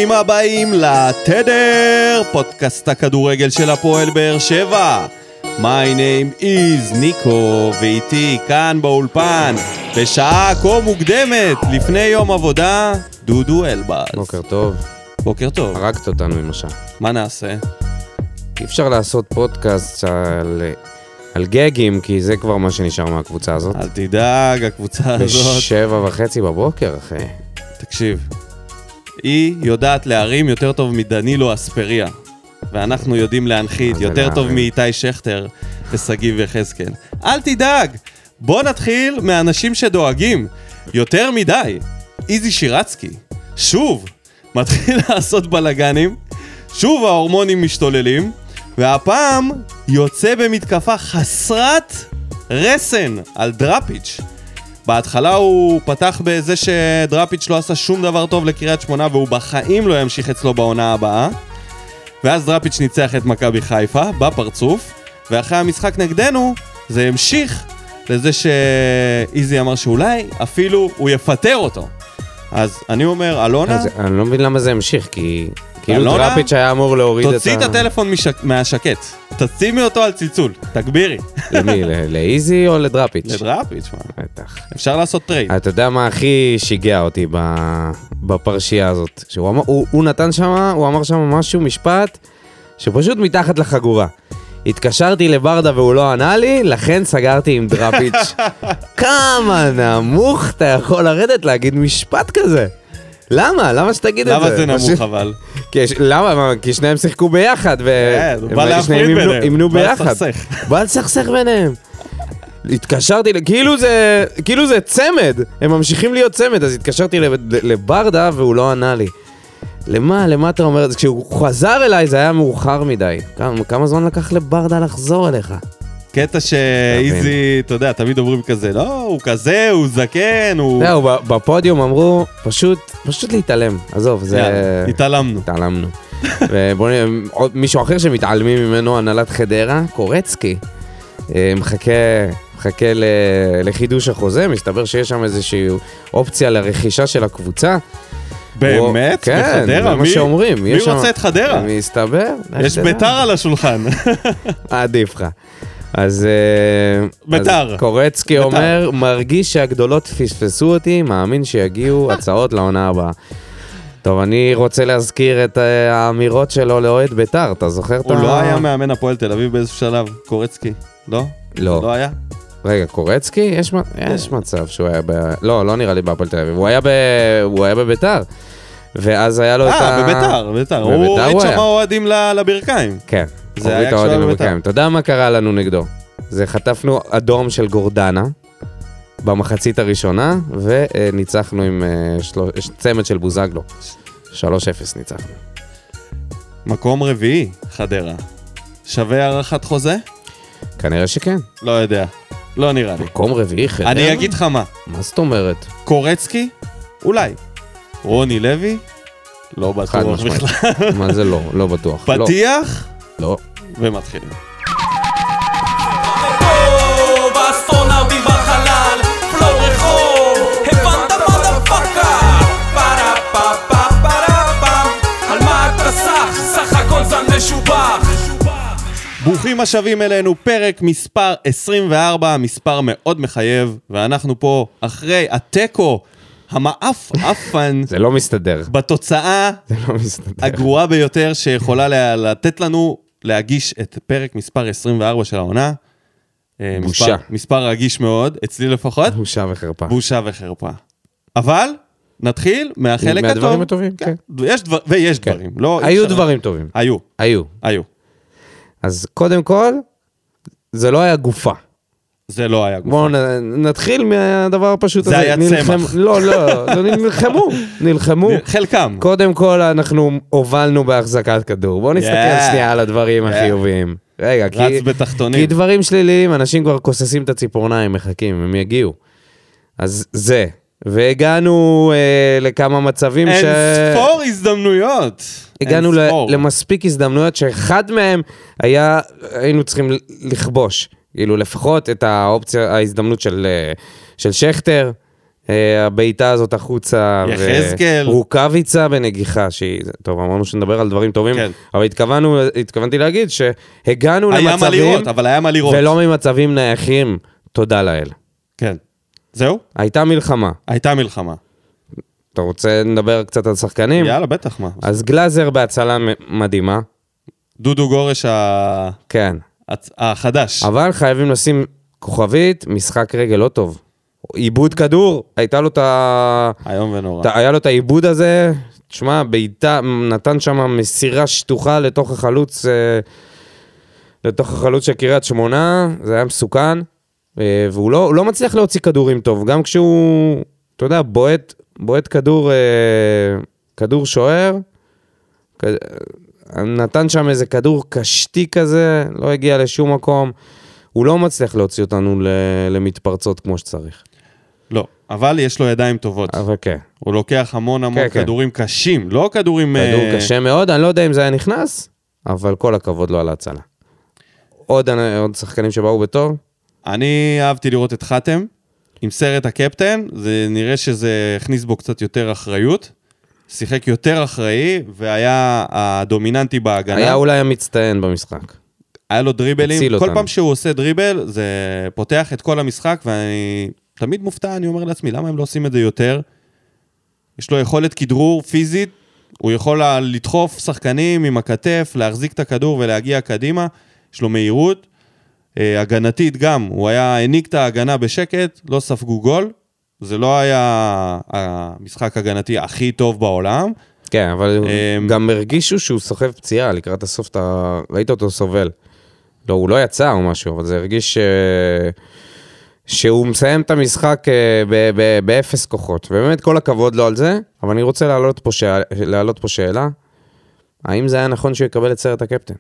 ברוכים הבאים לתדר, פודקאסט הכדורגל של הפועל באר שבע. My name is ניקו, ואיתי כאן באולפן, בשעה כה מוקדמת, לפני יום עבודה, דודו אלבאז. בוקר טוב. בוקר טוב. הרגת אותנו עם השעה. מה נעשה? אי אפשר לעשות פודקאסט על גגים, כי זה כבר מה שנשאר מהקבוצה הזאת. אל תדאג, הקבוצה הזאת. 7:30 בבוקר, אחי. תקשיב, היא יודעת להרים יותר טוב מדנילו אספריה, ואנחנו יודעים להנחית יותר טוב מאיתי שכטר וסגיב וחזקאל. אל תדאג, בוא נתחיל מאנשים שדואגים יותר מדי. איזי שירצקי, שוב, מתחיל לעשות בלגנים, שוב ההורמונים משתוללים, והפעם יוצא במתקפה חסרת רסן על דראפיץ'. בהתחלה הוא פתח בזה שדראפיץ' לא עשה שום דבר טוב לקריית שמונה, והוא בחיים לא ימשיך אצלו בעונה הבאה. ואז דראפיץ' ניצח את מכבי חיפה בפרצוף, ואחרי המשחק נגדנו זה המשיך לזה שאיזי אמר שאולי אפילו הוא יפטר אותו. אז אני אומר, אלונה... אני לא מבין למה זה המשיך, כי כאילו דראפיץ' היה אמור להוריד את תוציא את הטלפון מהשקט, תשימי אותו על צלצול, תגבירי. למי? לאיזי או לדראפיץ'? לדראפיץ', מה? בטח. אפשר לעשות טרייד. אתה יודע מה הכי שיגע אותי בפרשייה הזאת? הוא נתן שם, הוא אמר שם משהו, משפט, שפשוט מתחת לחגורה. התקשרתי לברדה והוא לא ענה לי, לכן סגרתי עם דראפיץ'. כמה נמוך אתה יכול לרדת להגיד משפט כזה? למה? למה שתגיד את זה? למה זה נמוך אבל? למה? כי שניהם שיחקו ביחד, ושניהם אימנו ביחד. בא לסכסך ביניהם. התקשרתי, כאילו זה צמד, הם ממשיכים להיות צמד, אז התקשרתי לברדה והוא לא ענה לי. למה אתה אומר? כשהוא חזר אליי זה היה מאוחר מדי. כמה זמן לקח לברדה לחזור אליך? קטע שאיזי, אתה יודע, תמיד אומרים כזה, לא, הוא כזה, הוא זקן, הוא... זהו, בפודיום אמרו, פשוט להתעלם. עזוב, זה... התעלמנו. ובואו נראה, מישהו אחר שמתעלמים ממנו, הנהלת חדרה, קורצקי, מחכה לחידוש החוזה, מסתבר שיש שם איזושהי אופציה לרכישה של הקבוצה. באמת? כן, בחדרה? זה מה שאומרים. מי רוצה את חדרה? מסתבר. יש ביתר על השולחן. עדיף לך. אז ביתר. קורצקי אומר, מרגיש שהגדולות פספסו אותי, מאמין שיגיעו הצעות לעונה הבאה. טוב, אני רוצה להזכיר את האמירות שלו לאוהד ביתר, אתה זוכר את הוא לא היה מאמן הפועל תל אביב באיזשהו שלב, קורצקי, לא? לא. לא היה? רגע, קורצקי? יש מצב שהוא היה לא נראה לי בהפועל תל אביב, הוא היה בביתר. ואז היה לו את בביתר. הוא הוריד שם אוהדים לברכיים. כן, הוריד את האוהדים לברכיים. אתה יודע מה קרה לנו נגדו? זה חטפנו אדום של גורדנה במחצית הראשונה, וניצחנו עם צמד של בוזגלו. 3-0 ניצחנו. מקום רביעי, חדרה. שווה הערכת חוזה? כנראה שכן. לא יודע. לא נראה לי. מקום רביעי, חדרה? אני אגיד לך מה. מה זאת אומרת? קורצקי? אולי. רוני לוי? לא בטוח בכלל. מה זה לא? לא בטוח. פתיח? לא. ומתחילים. ברוכים השבים אלינו, פרק מספר 24, מספר מאוד מחייב, ואנחנו פה אחרי הטקו המאפן. זה לא מסתדר. בתוצאה הגרועה ביותר שיכולה לתת לנו להגיש את פרק מספר 24 של העונה. בושה. מספר רגיש מאוד, אצלי לפחות. בושה וחרפה. בושה וחרפה. אבל נתחיל מהחלק הטוב. מהדברים הטובים, כן. ויש דברים. היו דברים טובים. היו. אז קודם כל, זה לא היה גופה. זה לא היה גופה. בואו נתחיל מהדבר הפשוט הזה. זה היה צמח. לא, נלחמו. חלקם. קודם כל, אנחנו הובלנו בהחזקת כדור. בואו נסתכל שנייה על הדברים החיוביים. רגע, כי דברים שליליים, אנשים כבר כוססים את הציפורניים, מחכים, הם יגיעו. אז זה. והגענו לכמה מצבים אין ספור הזדמנויות. הגענו למספיק הזדמנויות שאחד מהם היינו צריכים לכבוש. כאילו לפחות את האופציה, ההזדמנות של שכטר, הביתה הזאת החוצה, יחזקאל. ורוקביצה בנגיחה, טוב, אמרנו שנדבר על דברים טובים, כן. אבל התכוונתי להגיד שהגענו למצבים, היה מה לראות, אבל היה מה לראות. ולא ממצבים נייחים, תודה לאל. כן. זהו? הייתה מלחמה. הייתה מלחמה. אתה רוצה לדבר קצת על שחקנים? יאללה, בטח, מה. אז גלאזר בהצלה מדהימה. דודו גורש כן. החדש. אבל חייבים לשים כוכבית, משחק רגל לא טוב. עיבוד כדור, הייתה לו היום ונורא. היה לו את העיבוד הזה, תשמע, בעיטה, נתן שם מסירה שטוחה לתוך החלוץ של קריית שמונה, זה היה מסוכן, והוא לא מצליח להוציא כדורים טוב, גם כשהוא, אתה יודע, בועט כדור שוער, נתן שם איזה כדור קשתי כזה, לא הגיע לשום מקום, הוא לא מצליח להוציא אותנו למתפרצות כמו שצריך. לא, אבל יש לו ידיים טובות. אבל כן. הוא לוקח המון כדורים קשים, לא כדורים... כדור קשה מאוד, אני לא יודע אם זה היה נכנס, אבל כל הכבוד לו על ההצלה. עוד שחקנים שבאו בטוב? אני אהבתי לראות את חתם, עם סרט הקפטן, זה נראה שזה הכניס בו קצת יותר אחריות, שיחק יותר אחראי, והיה הדומיננטי בהגנה. היה אולי המצטיין במשחק. היה לו דריבלים, כל פעם שהוא עושה דריבל, זה פותח את כל המשחק, ואני תמיד מופתע, אני אומר לעצמי, למה הם לא עושים את זה יותר? יש לו יכולת כדרור פיזית, הוא יכול לדחוף שחקנים עם הכתף, להחזיק את הכדור ולהגיע קדימה, יש לו מהירות, הגנתית גם, הוא העניק את ההגנה בשקט, לא ספגו גול, זה לא היה המשחק הגנתי הכי טוב בעולם. כן, אבל גם הרגישו שהוא סוחב פציעה, לקראת הסוף, ראית אותו סובל. לא, הוא לא יצא או משהו, אבל זה הרגיש שהוא מסיים את המשחק באפס כוחות, ובאמת כל הכבוד לו על זה, אבל אני רוצה להעלות פה שאלה, האם זה היה נכון שהוא יקבל את סרט הקפטן?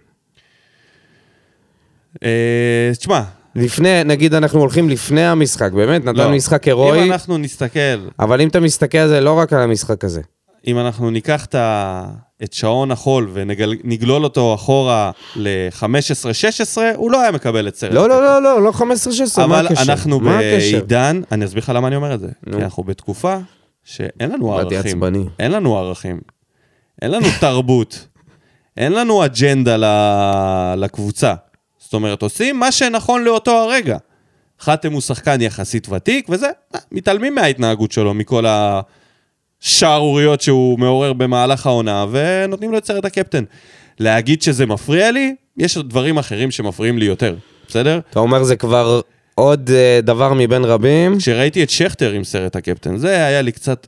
תשמע, לפני, נגיד אנחנו הולכים לפני המשחק, באמת, נתן משחק הירואי. אם אנחנו נסתכל... אבל אם אתה מסתכל על זה, לא רק על המשחק הזה. אם אנחנו ניקח את שעון החול ונגלול אותו אחורה ל-15-16, הוא לא היה מקבל את סרט. לא 15-16, מה הקשר? אבל אנחנו בעידן, אני אסביר לך למה אני אומר את זה, כי אנחנו בתקופה שאין לנו ערכים. אין לנו ערכים. אין לנו תרבות. אין לנו אג'נדה לקבוצה. זאת אומרת, עושים מה שנכון לאותו הרגע. חתם הוא שחקן יחסית ותיק, וזה, מתעלמים מההתנהגות שלו, מכל השערוריות שהוא מעורר במהלך העונה, ונותנים לו את סרט הקפטן. להגיד שזה מפריע לי, יש דברים אחרים שמפריעים לי יותר, בסדר? אתה אומר זה כבר עוד דבר מבין רבים. כשראיתי את שכטר עם סרט הקפטן, זה היה לי קצת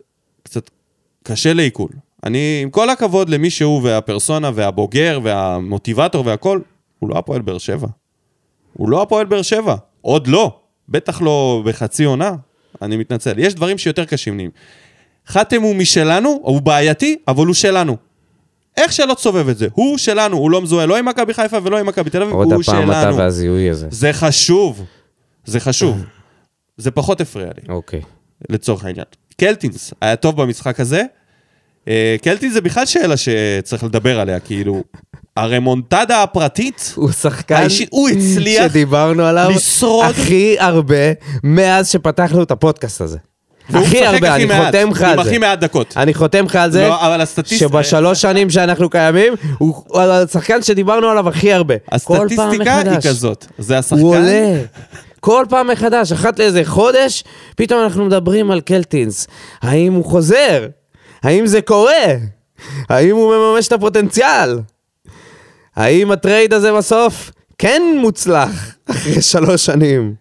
קשה לעיכול. אני, עם כל הכבוד למי שהוא והפרסונה והבוגר והמוטיבטור והכל, הוא לא הפועל באר שבע. הוא לא הפועל באר שבע. עוד לא. בטח לא בחצי עונה. אני מתנצל. יש דברים שיותר קשים נהיים. חתם הוא משלנו, הוא בעייתי, אבל הוא שלנו. איך שלא תסובב את זה? הוא שלנו, הוא לא מזוהה, לא עם מכבי חיפה ולא עם מכבי תל אביב, הוא שלנו. עוד הפעם אתה והזיהוי הזה. זה חשוב. זה חשוב. זה פחות הפריע לי. אוקיי. לצורך העניין. קלטינס היה טוב במשחק הזה. קלטינס זה בכלל שאלה שצריך לדבר עליה, כאילו... הרמונטדה הפרטית, הוא שחקן הוא הצליח שדיברנו עליו לשרוד הכי הרבה מאז שפתחנו את הפודקאסט הזה. הכי הרבה, אני חותם לך על זה. עם הכי מעט דקות. אני חותם לך על זה, שבשלוש שנים שאנחנו קיימים, הוא השחקן שדיברנו עליו הכי הרבה. הסטטיסטיקה היא כזאת. זה השחקן. הוא עולה. כל פעם מחדש, אחת לאיזה חודש, פתאום אנחנו מדברים על קלטינס. האם הוא חוזר? האם זה קורה? האם הוא מממש את הפוטנציאל? האם הטרייד הזה בסוף כן מוצלח אחרי 3 שנים?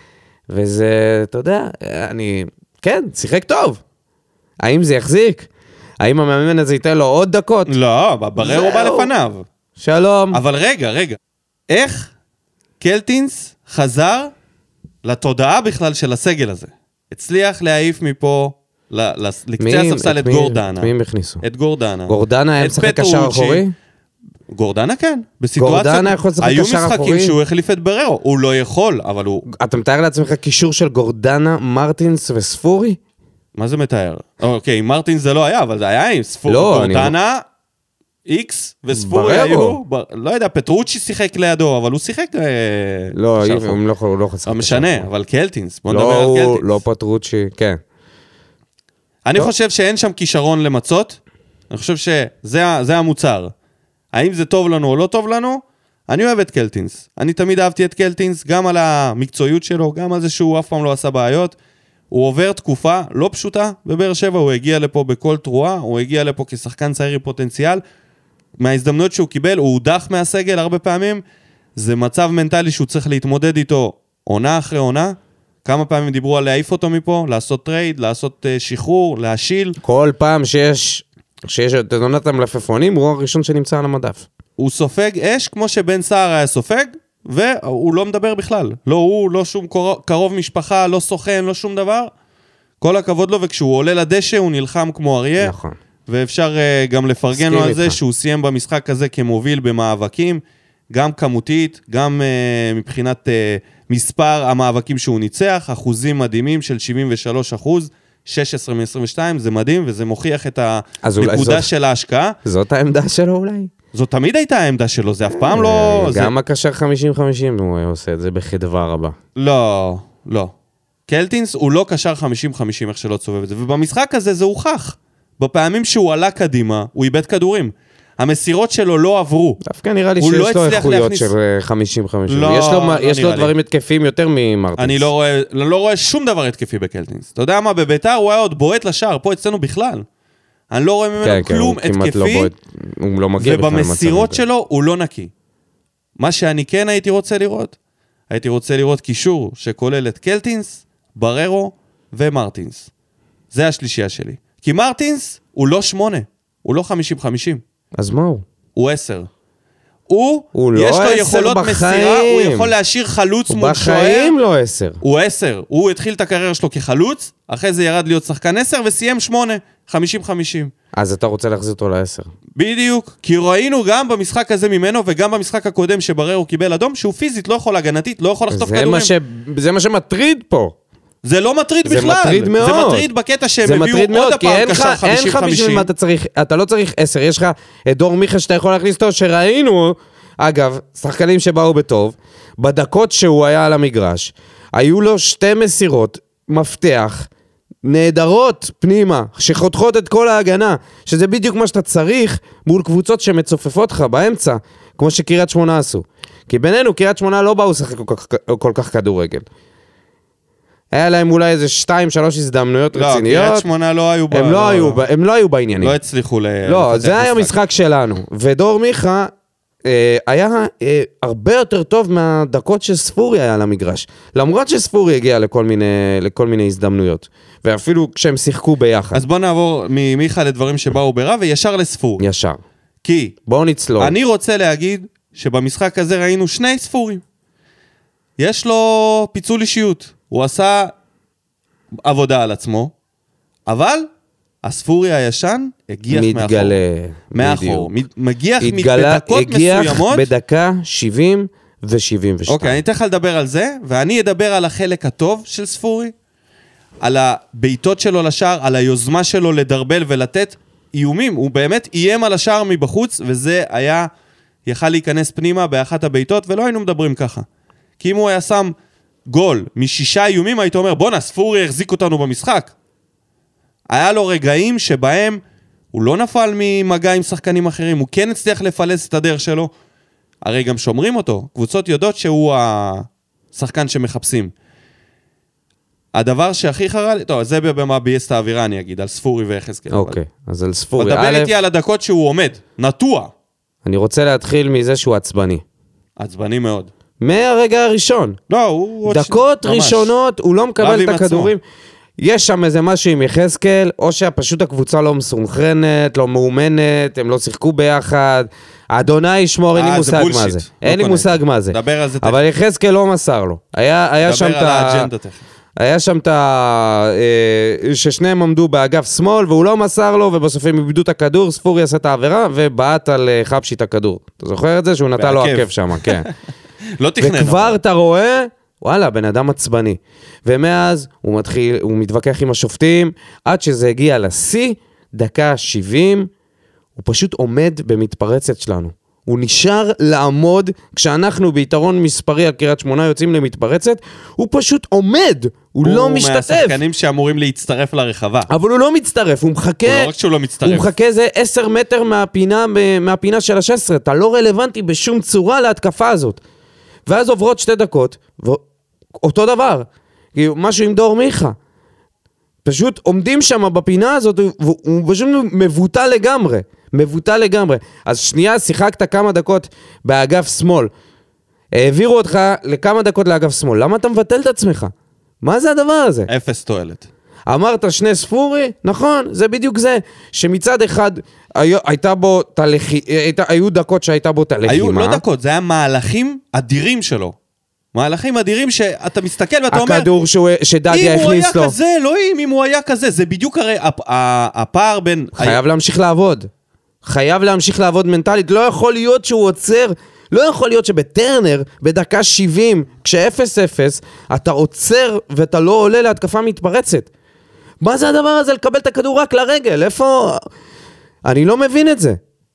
וזה, אתה יודע, כן, שיחק טוב. האם זה יחזיק? האם המאמן הזה ייתן לו עוד דקות? לא, ברר הוא בא לפניו. שלום. אבל רגע. איך קלטינס חזר לתודעה בכלל של הסגל הזה? הצליח להעיף מפה לקצה הספסל את גורדנה. מי הם הכניסו? את גורדנה. גורדנה היה משחק קשר אחורי? גורדנה כן, בסיטואציה, היו משחקים שהוא החליף את בררו, הוא לא יכול, אבל הוא... אתה מתאר לעצמך קישור של גורדנה, מרטינס וספורי? מה זה מתאר? אוקיי, מרטינס זה לא היה, אבל זה היה עם ספורי, גורדנה, איקס וספורי היו, לא יודע, פטרוצ'י שיחק לידו, אבל הוא שיחק... לא, הוא לא חסך. משנה, אבל קלטינס, בוא נדבר על קלטינס. לא פטרוצ'י, כן. אני חושב שאין שם כישרון למצות, אני חושב שזה המוצר. האם זה טוב לנו או לא טוב לנו? אני אוהב את קלטינס. אני תמיד אהבתי את קלטינס, גם על המקצועיות שלו, גם על זה שהוא אף פעם לא עשה בעיות. הוא עובר תקופה לא פשוטה בבאר שבע, הוא הגיע לפה בכל תרועה, הוא הגיע לפה כשחקן צעיר עם פוטנציאל. מההזדמנות שהוא קיבל, הוא הודח מהסגל הרבה פעמים. זה מצב מנטלי שהוא צריך להתמודד איתו עונה אחרי עונה. כמה פעמים דיברו על להעיף אותו מפה, לעשות טרייד, לעשות שחרור, להשיל. כל פעם שיש את עונת המלפפונים, הוא הראשון שנמצא על המדף. הוא סופג אש כמו שבן סער היה סופג, והוא לא מדבר בכלל. לא הוא, לא שום קרוב משפחה, לא סוכן, לא שום דבר. כל הכבוד לו, וכשהוא עולה לדשא, הוא נלחם כמו אריה. נכון. ואפשר גם לפרגן לו על זה שהוא סיים במשחק הזה כמוביל במאבקים, גם כמותית, גם מבחינת מספר המאבקים שהוא ניצח, אחוזים מדהימים של 73%, 16 מ-22, זה מדהים, וזה מוכיח את הנקודה של ההשקעה. זאת העמדה שלו אולי? זאת תמיד הייתה העמדה שלו, זה אף פעם לא... גם הקשר 50-50 הוא עושה את זה בחדווה רבה. לא, לא. קלטינס הוא לא קשר 50-50 איך שלא צובב את זה, ובמשחק הזה זה הוכח. בפעמים שהוא עלה קדימה, הוא איבד כדורים. המסירות שלו לא עברו. דווקא נראה לי שיש לו איכויות של 50-50. יש לו דברים התקפיים יותר ממרטינס. אני לא רואה שום דבר התקפי בקלטינס. אתה יודע מה, בביתר הוא היה עוד בועט לשער, פה אצלנו בכלל. אני לא רואה ממנו כלום התקפי, ובמסירות שלו הוא לא נקי. מה שאני כן הייתי רוצה לראות קישור שכולל את קלטינס, בררו ומרטינס. זה השלישייה שלי. כי מרטינס הוא לא 8, הוא לא 50-50. אז מה הוא? הוא 10. הוא לא יש לו יכולות מסירה, הוא יכול להשאיר חלוץ מול שוער. הוא בחיים לא 10. הוא 10. הוא התחיל את הקריירה שלו כחלוץ, אחרי זה ירד להיות שחקן 10 וסיים 8, 50-50. אז אתה רוצה להחזיר אותו ל-10. בדיוק, כי ראינו גם במשחק הזה ממנו, וגם במשחק הקודם שבררו קיבל אדום, שהוא פיזית לא יכול הגנתית, לא יכול לחטוף כדורים. זה מה שמטריד פה. זה לא מטריד בכלל. זה מטריד מאוד. זה מטריד בקטע שהם הביאו עוד הפעם קשר 50-50. אין לך בשביל מה אתה צריך, אתה לא צריך 10, יש לך את דור מיכה שאתה יכול להכניס אותו, שראינו, אגב, שחקנים שבאו בטוב, בדקות שהוא היה על המגרש, היו לו 2 מסירות, מפתח, נהדרות פנימה, שחותכות את כל ההגנה, שזה בדיוק מה שאתה צריך, מול קבוצות שמצופפות לך באמצע, כמו שקריית שמונה עשו. כי בינינו, קריית שמונה לא באו לשחק כל כך כדורגל. היה להם אולי איזה 2-3 הזדמנויות רציניות. לא, קריית שמונה לא היו הם לא היו בעניינים. לא הצליחו לא, זה היה משחק שלנו. ודור מיכה היה הרבה יותר טוב מהדקות שספורי היה למגרש. למרות שספורי הגיע לכל מיני הזדמנויות. ואפילו כשהם שיחקו ביחד. אז בוא נעבור ממיכה לדברים שבאו ברע וישר לספור. ישר. כי בואו נצלול. אני רוצה להגיד שבמשחק הזה ראינו 2 ספורים. יש לו פיצול אישיות. הוא עשה עבודה על עצמו, אבל הספורי הישן הגיח מאחור. מגיח בדקות מסוימות. בדקה 70 ו-72. אוקיי, אני אתן לך לדבר על זה, ואני אדבר על החלק הטוב של ספורי, על הביתות שלו לשער, על היוזמה שלו לדרבל ולתת איומים. הוא באמת איים על השער מבחוץ, וזה היה, יכל להיכנס פנימה באחת הביתות, ולא היינו מדברים ככה. כי אם הוא היה שם גול מ6 איומים, היית אומר, בוא ספורי החזיק אותנו במשחק. היה לו רגעים שבהם הוא לא נפל ממגע עם שחקנים אחרים, הוא כן הצליח לפלס את הדרך שלו, הרי גם שומרים אותו, קבוצות יודעות שהוא השחקן שמחפשים. הדבר שהכי חרה לי, טוב, זה במה בייס את האווירה אני אגיד, על ספורי ויחזקאל. אוקיי, אז על ספורי. מדבר איתי על הדקות שהוא עומד, נטוע. אני רוצה להתחיל מזה שהוא עצבני. עצבני מאוד. מהרגע הראשון. לא, הוא... דקות ראשונות, הוא לא מקבל את הכדורים. יש שם איזה משהו עם יחזקאל, או שפשוט הקבוצה לא מסונכרנת, לא מאומנת, הם לא שיחקו ביחד. אדוני ישמור, אין לי מושג מה זה. אין לי מושג מה זה. דבר על זה. אבל יחזקאל לא מסר לו. היה שם את האג'נדה תכף. היה שם ששניהם עמדו באגף שמאל, והוא לא מסר לו, ובסוף הם איבדו את הכדור, ספורי עשה את העבירה, ובעט על חבשי את הכדור. אתה זוכר את זה? שהוא נתן לו עקב שם, כן. לא תכנן. וכבר אתה רואה, וואלה, בן אדם עצבני. ומאז הוא מתווכח עם השופטים, עד שזה הגיע לשיא, דקה 70, הוא פשוט עומד במתפרצת שלנו. הוא נשאר לעמוד, כשאנחנו ביתרון מספרי על קריית שמונה יוצאים למתפרצת, הוא פשוט עומד, הוא לא משתתף. הוא מהשחקנים שאמורים להצטרף לרחבה. אבל הוא לא מצטרף, הוא מחכה... הוא לא רק שהוא לא מצטרף. הוא מחכה איזה 10 מטר מהפינה של ה-16, אתה לא רלוונטי בשום צורה להתקפה הזאת. ואז עוברות 2 דקות, אותו דבר, משהו עם דור מיכה. פשוט עומדים שם בפינה הזאת, והוא פשוט מבוטל לגמרי. אז שנייה, שיחקת כמה דקות באגף שמאל. העבירו אותך לכמה דקות לאגף שמאל. למה אתה מבטל את עצמך? מה זה הדבר הזה? 0 תועלת. אמרת 2 ספורי? נכון, זה בדיוק זה. שמצד אחד הייתה בו היו דקות שהייתה בו תלחימה. היו לא דקות, זה היה מהלכים אדירים שלו. מהלכים אדירים שאתה מסתכל ואתה אומר... הכדור שדדיה הכניס לו. אם הוא היה כזה, אלוהים, אם הוא היה כזה, זה בדיוק הרי הפער בין... חייב להמשיך לעבוד. חייב להמשיך לעבוד מנטלית. לא יכול להיות שהוא עוצר, לא יכול להיות שבטרנר, בדקה 70, כש-0-0, אתה עוצר ואתה לא עולה להתקפה מתפרצת. מה זה הדבר הזה? לקבל את הכדור רק לרגל. איפה... אני לא מבין את זה.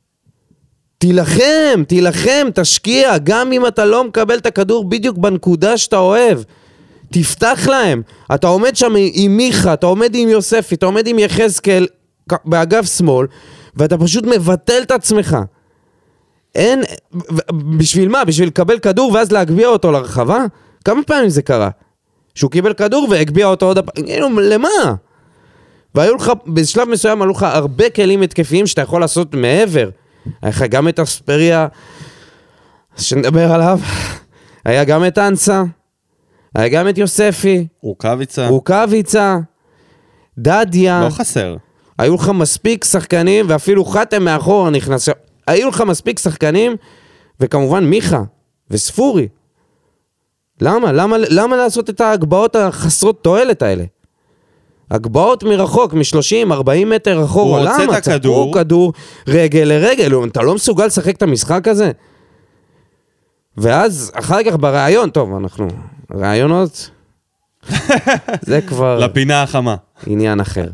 תילחם, תשקיע, גם אם אתה לא מקבל את הכדור בדיוק בנקודה שאתה אוהב. תפתח להם. אתה עומד שם עם מיכה, אתה עומד עם יוספי, אתה עומד עם יחזקאל באגף שמאל, ואתה פשוט מבטל את עצמך. אין, בשביל מה? בשביל לקבל כדור ואז להגביע אותו לרחבה? כמה פעמים זה קרה? שהוא קיבל כדור והגביע אותו עוד הפעם. למה? והיו לך, בשלב מסוים עלו לך הרבה כלים התקפיים שאתה יכול לעשות מעבר. היה לך גם את אספריה, שנדבר עליו, היה גם את אנסה, היה גם את יוספי, רוקביצה, דדיה. לא חסר. היו לך מספיק שחקנים, ואפילו חתם מאחור נכנס, היו לך מספיק שחקנים, וכמובן מיכה וספורי. למה לעשות את ההגבעות החסרות תועלת האלה? הגבעות מרחוק, מ-30-40 מטר אחורה, למה? צפו כדור רגל לרגל, אתה לא מסוגל לשחק את המשחק הזה? ואז אחר כך ברעיון, טוב, אנחנו, רעיונות, זה כבר... לפינה החמה. עניין אחר.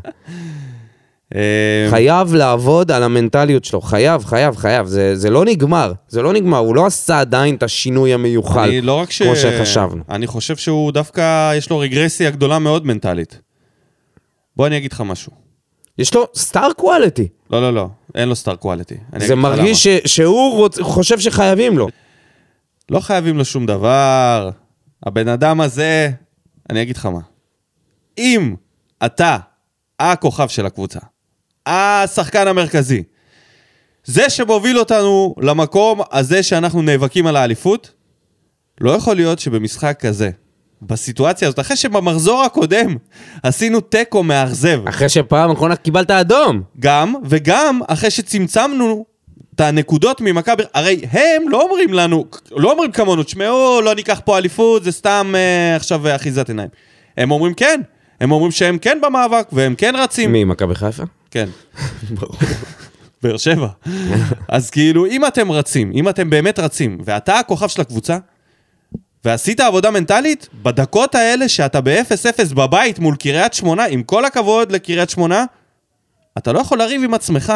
חייב לעבוד על המנטליות שלו, חייב, זה לא נגמר, הוא לא עשה עדיין את השינוי המיוחל, כמו שחשבנו. אני חושב שהוא דווקא, יש לו רגרסיה גדולה מאוד מנטלית. בוא אני אגיד לך משהו. יש לו סטאר קואליטי. לא, אין לו סטאר קואליטי. זה מרגיש שהוא חושב שחייבים לו. לא חייבים לו שום דבר. הבן אדם הזה, אני אגיד לך מה. אם אתה הכוכב של הקבוצה, השחקן המרכזי, זה שמוביל אותנו למקום הזה שאנחנו נאבקים על האליפות, לא יכול להיות שבמשחק כזה, בסיטואציה הזאת, אחרי שבמחזור הקודם עשינו טקו מאכזב. אחרי שפעם אחרונה קיבלת אדום. וגם אחרי שצמצמנו את הנקודות ממכבי, הרי הם לא אומרים לנו, לא אומרים כמונו, תשמעו, לא ניקח פה אליפות, זה סתם עכשיו אחיזת עיניים. הם אומרים כן, הם אומרים שהם כן במאבק, והם כן רצים. מי, מכבי חיפה? כן. באר שבע. אז כאילו, אם אתם רצים, אם אתם באמת רצים, ואתה הכוכב של הקבוצה, ועשית עבודה מנטלית, בדקות האלה שאתה ב-0-0 בבית מול קריית שמונה, עם כל הכבוד לקריית שמונה, אתה לא יכול לריב עם עצמך.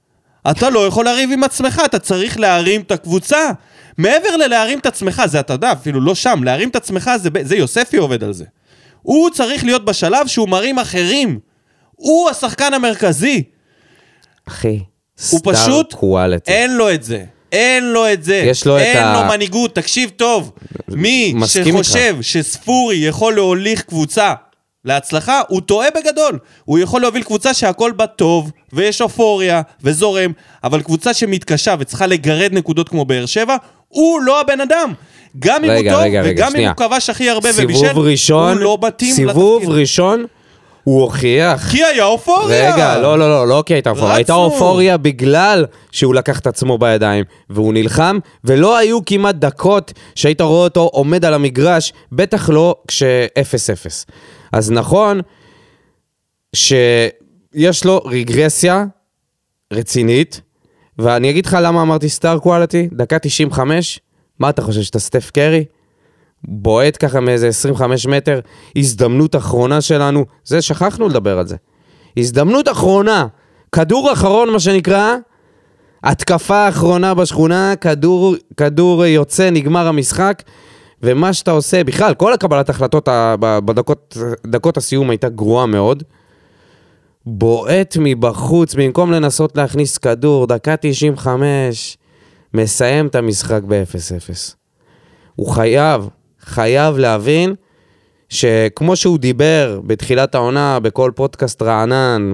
אתה צריך להרים את הקבוצה. מעבר ללהרים את עצמך, זה אתה יודע, אפילו לא שם, להרים את עצמך, זה יוספי עובד על זה. הוא צריך להיות בשלב שהוא מרים אחרים. הוא השחקן המרכזי. אחי, הוא פשוט, אין לו את זה. אין לו את זה, אין לו מנהיגות, תקשיב טוב, מי שחושב שספורי יכול להוליך קבוצה להצלחה, הוא טועה בגדול, הוא יכול להוביל קבוצה שהכל בה טוב, ויש אופוריה וזורם, אבל קבוצה שמתקשה וצריכה לגרד נקודות כמו באר שבע, הוא לא הבן אדם, גם אם הוא טוב וגם אם הוא כבש הכי הרבה ובישל, הוא לא מתאים לתפקיד. סיבוב ראשון, הוא הוכיח. כי היה אופוריה. רגע, לא כי הייתה אופוריה. הייתה אופוריה בגלל שהוא לקח את עצמו בידיים, והוא נלחם, ולא היו כמעט דקות שהיית רואה אותו עומד על המגרש, בטח לא כש-0-0. אז נכון שיש לו רגרסיה רצינית, ואני אגיד לך למה אמרתי סטאר קואליטי, דקה 95, מה אתה חושב שאתה סטף קרי? בועט ככה מאיזה 25 מטר, הזדמנות אחרונה שלנו, זה שכחנו לדבר על זה. הזדמנות אחרונה, כדור אחרון מה שנקרא, התקפה האחרונה בשכונה, כדור יוצא, נגמר המשחק, ומה שאתה עושה, בכלל, כל הקבלת החלטות בדקות הסיום הייתה גרועה מאוד, בועט מבחוץ, במקום לנסות להכניס כדור, דקה 95, מסיים את המשחק ב-0-0. הוא חייב להבין, שכמו שהוא דיבר בתחילת העונה, בכל פודקאסט רענן,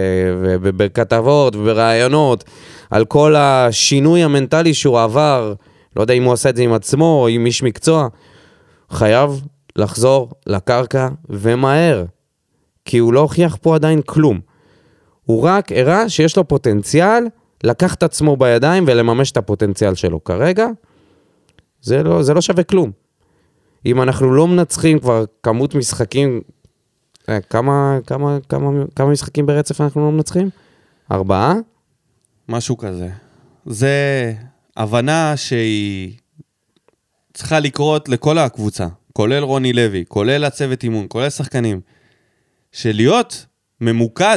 ובכתבות וברעיונות, על כל השינוי המנטלי שהוא עבר, לא יודע אם הוא עשה את זה עם עצמו, או עם איש מקצוע, חייב לחזור לקרקע ומהר, כי הוא לא הוכיח פה עדיין כלום. הוא רק הראה שיש לו פוטנציאל, לקח את עצמו בידיים ולממש את הפוטנציאל שלו. כרגע, זה לא שווה כלום. אם אנחנו לא מנצחים כבר כמות משחקים, כמה משחקים ברצף אנחנו לא מנצחים? 4? משהו כזה. זה הבנה שהיא צריכה לקרות לכל הקבוצה, כולל רוני לוי, כולל הצוות אימון, כולל שחקנים, שלהיות ממוקד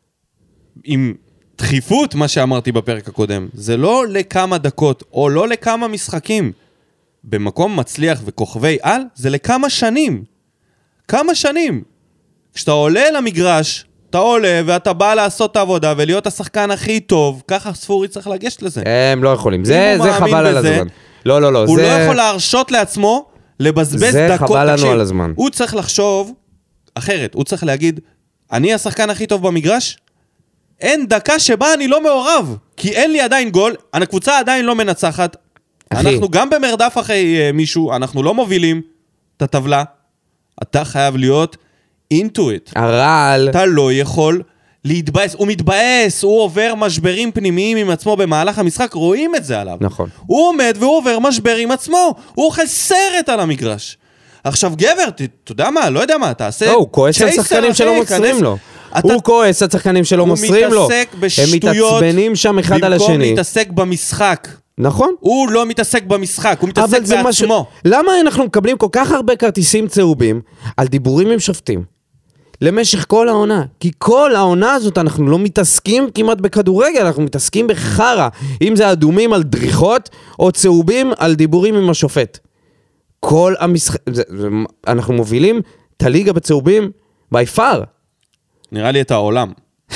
עם דחיפות, מה שאמרתי בפרק הקודם, זה לא לכמה דקות או לא לכמה משחקים, במקום מצליח וכוכבי על, זה לכמה שנים. כמה שנים. כשאתה עולה למגרש, אתה עולה ואתה בא לעשות את העבודה ולהיות השחקן הכי טוב, ככה ספורי צריך לגשת לזה. הם לא יכולים, זה חבל על הזמן. לא, הוא לא יכול להרשות לעצמו לבזבז דקות. זה חבל לנו על הזמן. הוא צריך לחשוב אחרת, הוא צריך להגיד, אני השחקן הכי טוב במגרש, אין דקה שבה אני לא מעורב, כי אין לי עדיין גול, הקבוצה עדיין לא מנצחת, אנחנו גם במרדף אחרי מישהו, אנחנו לא מובילים את הטבלה, אתה חייב להיות into it. הרעל. אתה לא יכול להתבאס, הוא מתבאס, הוא עובר משברים פנימיים עם עצמו במהלך המשחק, רואים את זה עליו. נכון. הוא עומד והוא עובר משבר עם עצמו, הוא אוכל סרט על המגרש. עכשיו גבר, אתה יודע מה, לא יודע מה, תעשה... הוא כועס על שחקנים שלא מוסרים לו. הוא כועס על שחקנים שלא מוסרים לו. הוא מתעסק בשטויות. הם מתעצבנים שם אחד על השני. במקום להתעסק במשחק. נכון. הוא לא מתעסק במשחק, הוא מתעסק בעצמו. למה אנחנו מקבלים כל כך הרבה כרטיסים צהובים על דיבורים עם שופטים? למשך כל העונה. כי כל העונה הזאת אנחנו לא מתעסקים כמעט בכדורגל, אנחנו מתעסקים בחרה. אם זה אדומים על דריכות, או צהובים על דיבורים עם השופט. כל המשחק... אנחנו מובילים את הליגה בצהובים by far. נראה לי את העולם.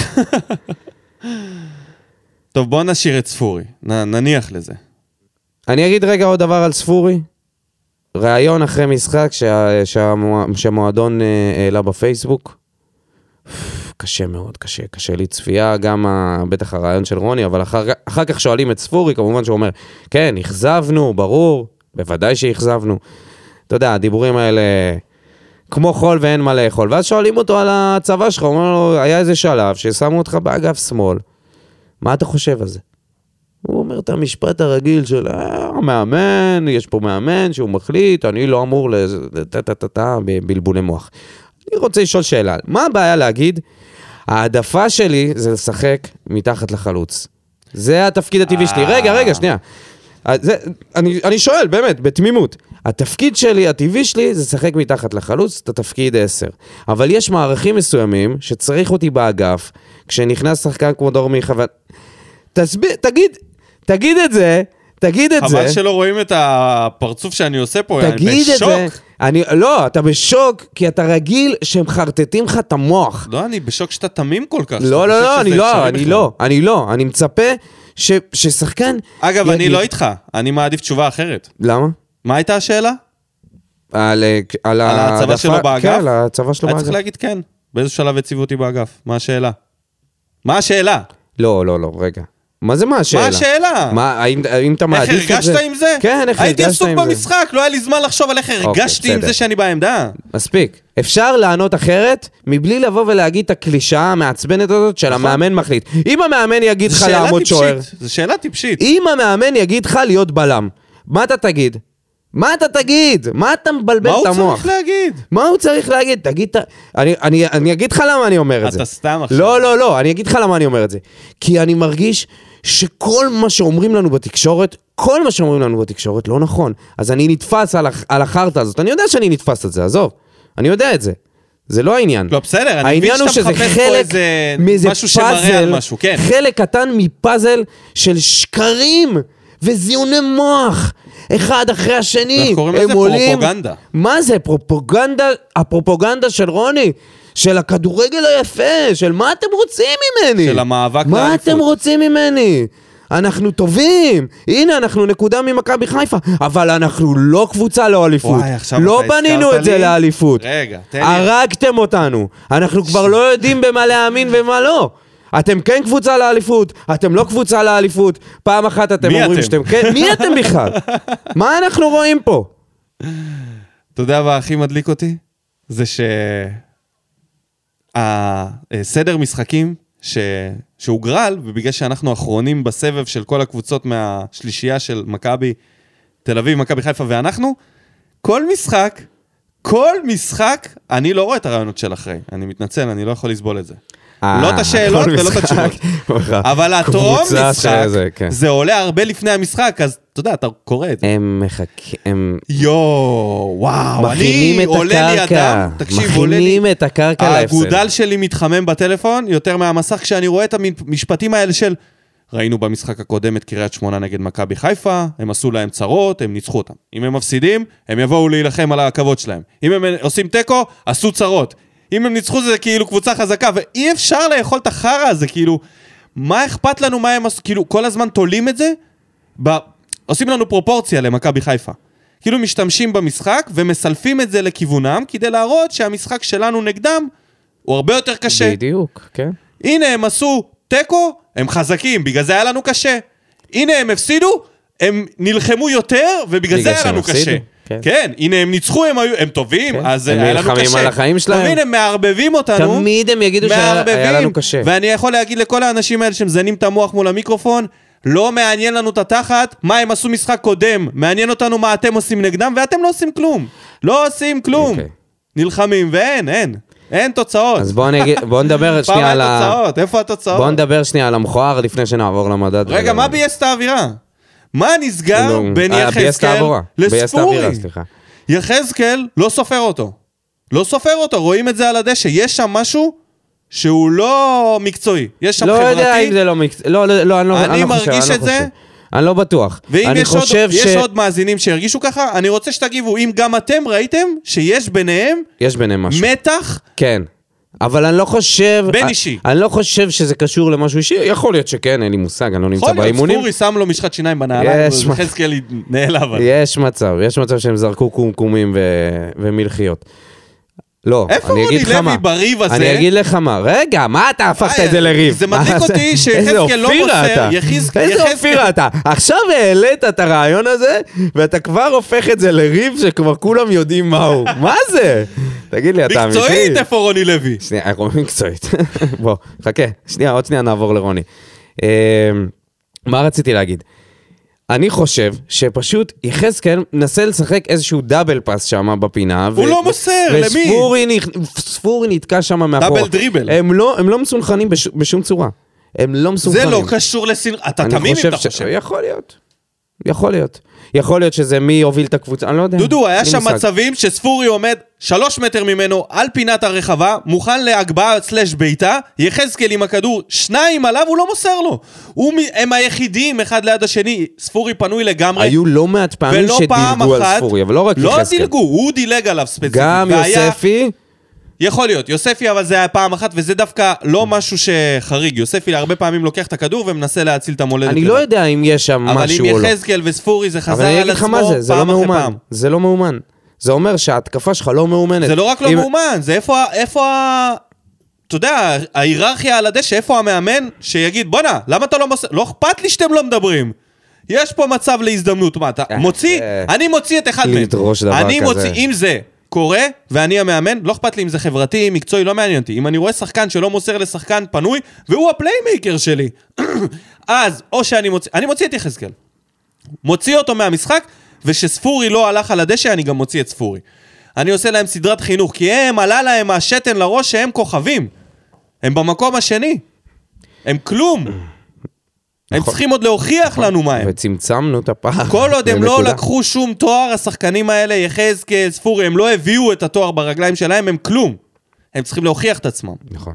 טוב, בוא נשאיר את ספורי. נניח לזה. אני אגיד רגע עוד דבר על ספורי. ראיון אחרי משחק שהמועדון העלה בפייסבוק. קשה מאוד, קשה לי צפייה, גם בטח הרעיון של רוני, אבל אחר כך שואלים את ספורי, כמובן שהוא אומר, כן, הכזבנו, ברור, בוודאי שהכזבנו. אתה יודע, הדיבורים האלה כמו חול ואין מה לאכול. ואז שואלים אותו על הצבא שלך, הוא אומר לו, היה איזה שלב ששמו אותך באגף שמאל. מה אתה חושב על זה? הוא אומר את המשפט הרגיל של, המאמן, יש פה מאמן שהוא מחליט, אני לא אמור בלבולי מוח. אני רוצה לשאול שאלה, מה הבעיה להגיד? העדפה שלי זה לשחק מתחת לחלוץ. זה התפקיד הטבעי שלי. רגע, שנייה. אני שואל, באמת, בתמימות. התפקיד שלי, הטבעי שלי, זה לשחק מתחת לחלוץ, את התפקיד 10. אבל יש מערכים מסוימים שצריך אותי באגף, כשנכנס שחקן כמו דור מיכה, תגיד את זה. חבל שלא רואים את הפרצוף שאני עושה פה, אני בשוק. לא, אתה בשוק, כי אתה רגיל שהם חרטטים לך את המוח. לא, אני בשוק שאתה תמים כל כך. לא, אני לא. אני מצפה ששחקן... אגב, אני לא איתך, אני מעדיף תשובה אחרת. למה? מה הייתה השאלה? על הצבא שלו באגף? כן, על הצבא שלו באגף. אני צריך להגיד כן. באיזה שלב הציבו אותי באגף? מה השאלה? מה השאלה? לא, רגע. מה זה מה השאלה? מה השאלה? האם אתה מעדיף את זה? איך הרגשת עם זה? כן, איך הרגשת עם זה? הייתי עסוק במשחק, לא היה לי זמן לחשוב על איך הרגשתי עם זה שאני בעמדה. מספיק. אפשר לענות אחרת, מבלי לבוא ולהגיד את הקלישאה המעצבנת הזאת של המאמן מחליט. אם המאמן יגיד לך לעמוד שוער... זו שאלה טיפשית. אם המאמן יגיד לך להיות בלם, מה אתה תגיד? מה אתה מבלבל את המוח? מה הוא צריך להגיד? מה הוא צריך להגיד? תגיד, אני אגיד לך למה אני אומר את זה. אתה סתם עכשיו. לא, אני אגיד לך למה אני אומר את זה. כי אני מרגיש שכל מה שאומרים לנו בתקשורת, לא נכון. אז אני נתפס על החרטה הזאת. אני יודע שאני נתפס את זה, עזוב. אני יודע את זה. זה לא העניין. לא, בסדר, אני מבין שאתה מחפש פה איזה משהו שמראה על משהו, כן. חלק קטן מפאזל של שקרים וזיוני מוח, אחד אחרי השני. אנחנו קוראים לזה פרופוגנדה. מה זה? הפרופוגנדה של רוני, של הכדורגל היפה, של מה אתם רוצים ממני? של המאבק לאליפות. מה אתם רוצים ממני? אנחנו טובים, הנה אנחנו נקודה ממכבי חיפה, אבל אנחנו לא קבוצה לאליפות, לא בנינו את זה לאליפות, רגע, הרגתם אותנו, אנחנו כבר לא יודעים במה להאמין ומה לא, אתם כן קבוצה לאליפות, אתם לא קבוצה לאליפות, פעם אחת אתם אומרים שאתם כן, מי אתם בכלל? מה אנחנו רואים פה? אתה יודע מה הכי מדליק אותי? זה שהסדר משחקים שהוא גרל, ובגלל שאנחנו אחרונים בסבב של כל הקבוצות מהשלישייה של מכבי תל אביב, מכבי חיפה ואנחנו, כל משחק, אני לא רואה את הרעיונות של אחרי, אני מתנצל, אני לא יכול לסבול את זה. לא את השאלות ולא את התשובות. אבל הטרום משחק, זה עולה הרבה לפני המשחק, אז אתה יודע, אתה קורא את זה. הם מחכים, וואו, אני עולה לי אדם, תקשיב, עולה לי, את הקרקע להפסד. הגודל שלי מתחמם בטלפון, יותר מהמסך כשאני רואה את המשפטים האלה של, ראינו במשחק הקודם את קריית שמונה נגד מכבי חיפה, הם עשו להם צרות, הם ניצחו אותם. אם הם מפסידים, הם יבואו להילחם על הכבוד שלהם. אם הם עושים טקו, עשו צרות. אם הם ניצחו זה כאילו קבוצה חזקה, ואי אפשר לאכול את החרה הזה, כאילו, מה אכפת לנו, מה הם עשו, כאילו, כל הזמן תולים את זה, עושים לנו פרופורציה למכבי חיפה. כאילו משתמשים במשחק, ומסלפים את זה לכיוונם, כדי להראות שהמשחק שלנו נגדם, הוא הרבה יותר קשה. בדיוק, כן. הנה הם עשו טקו, הם חזקים, בגלל זה היה לנו קשה. הנה הם הפסידו, הם נלחמו יותר, ובגלל זה היה לנו קשה. כן, הנה הם ניצחו, הם טובים, אז היה לנו קשה. הם נלחמים על החיים שלהם. תמיד הם מערבבים אותנו. תמיד הם יגידו שהיה לנו קשה. ואני יכול להגיד לכל האנשים האלה שמזנים את המוח מול המיקרופון, לא מעניין לנו את התחת, מה הם עשו משחק קודם, מעניין אותנו מה אתם עושים נגדם, ואתם לא עושים כלום. לא עושים כלום. נלחמים, אין תוצאות. אז בוא נדבר שנייה על התוצאות, איפה התוצאות? בוא נדבר שנייה על המכוער לפני שנעבור למדד. רגע, מה בייס את האווירה? מה נסגר בין יחזקאל לספורי? יחזקאל לא סופר אותו. רואים את זה על הדשא. יש שם משהו שהוא לא מקצועי. יש שם חברתי. לא יודע אם זה לא מקצועי. אני מרגיש את זה. אני לא בטוח. ואם יש עוד מאזינים שהרגישו ככה, אני רוצה שתגיבו, אם גם אתם ראיתם שיש ביניהם משהו. מתח. כן. אבל אני לא חושב... בין אישי. אני לא חושב שזה קשור למשהו אישי. יכול להיות שכן, אין לי מושג, אני לא נמצא באימונים. יכול להיות, ספורי שם לו משחת שיניים בנעליים, וחזקאל נעלב. יש מצב שהם זרקו קומקומים ומלחיות. לא, אני אגיד לך מה. איפה רוני לוי בריב הזה? אני אגיד לך מה. רגע, מה אתה הפכת את זה לריב? זה מדליק אותי שיחזקאל לא מוסר. איזה אופיר אתה? עכשיו העלית את הרעיון הזה, ואתה כבר הופך את זה לריב שכבר כולם יודעים מהו. מה זה? תגיד לי, אתה אמיתי? מקצועית, איפה רוני לוי? שנייה, מקצועית. בוא, חכה. עוד שנייה נעבור לרוני. מה רציתי להגיד? אני חושב שפשוט יחזקאל מנסה לשחק איזשהו דאבל פאס שם בפינה. הוא לא מוסר, למי? וספורי נתקע שם מאחור. דאבל דריבל. הם לא מסונחנים בשום צורה. הם לא מסונחנים. זה לא קשור אתה תמים אם אתה חושב. יכול להיות שזה מי יוביל את הקבוצה, אני לא יודע. דודו, היה שם מצבים שספורי עומד 3 מטר ממנו על פינת הרחבה, מוכן להגבהה / ביתה, יחזקאל עם הכדור 2 עליו, הוא לא מוסר לו. הם היחידים אחד ליד השני, ספורי פנוי לגמרי. היו לא מעט פעמים שדילגו על ספורי, אבל לא רק יחזקאל. לא דילגו, הוא דילג עליו ספציפית. גם יוספי... יכול להיות, יוספי, אבל זה היה פעם אחת, וזה דווקא לא משהו שחריג. יוספי הרבה פעמים לוקח את הכדור ומנסה להציל את המולדת. אני לא יודע אם יש שם משהו או לא. אבל עם יחזקאל וספורי זה חזר על עצמו פעם אחרי פעם. זה לא מאומן. זה אומר שההתקפה שלך לא מאומנת. זה לא רק לא מאומן, זה איפה אתה יודע, ההיררכיה על הדשא, איפה המאמן שיגיד, בונה, למה אתה לא מוסר? לא אכפת לי שאתם לא מדברים. יש פה מצב להזדמנות. מה, אתה מוציא? אני מוציא את אחד מהם. אני מוציא, אם זה קורה, ואני המאמן, לא אכפת לי אם זה חברתי, מקצועי, לא מעניין אותי. אם אני רואה שחקן שלא מוסר לשחקן פנוי, והוא הפליימייקר שלי, אז, או שאני מוציא את יחזקאל. מוציא אותו מהמשחק, ושספורי לא הלך על הדשא, אני גם מוציא את ספורי. אני עושה להם סדרת חינוך, כי הם עלה להם השתן לראש שהם כוכבים. הם במקום השני. הם כלום. הם צריכים עוד להוכיח לנו מה הם. וצמצמנו את הפער. כל עוד הם לא לקחו שום תואר, השחקנים האלה, יחזקאל, ספורי, הם לא הביאו את התואר ברגליים שלהם, הם כלום. הם צריכים להוכיח את עצמם. נכון.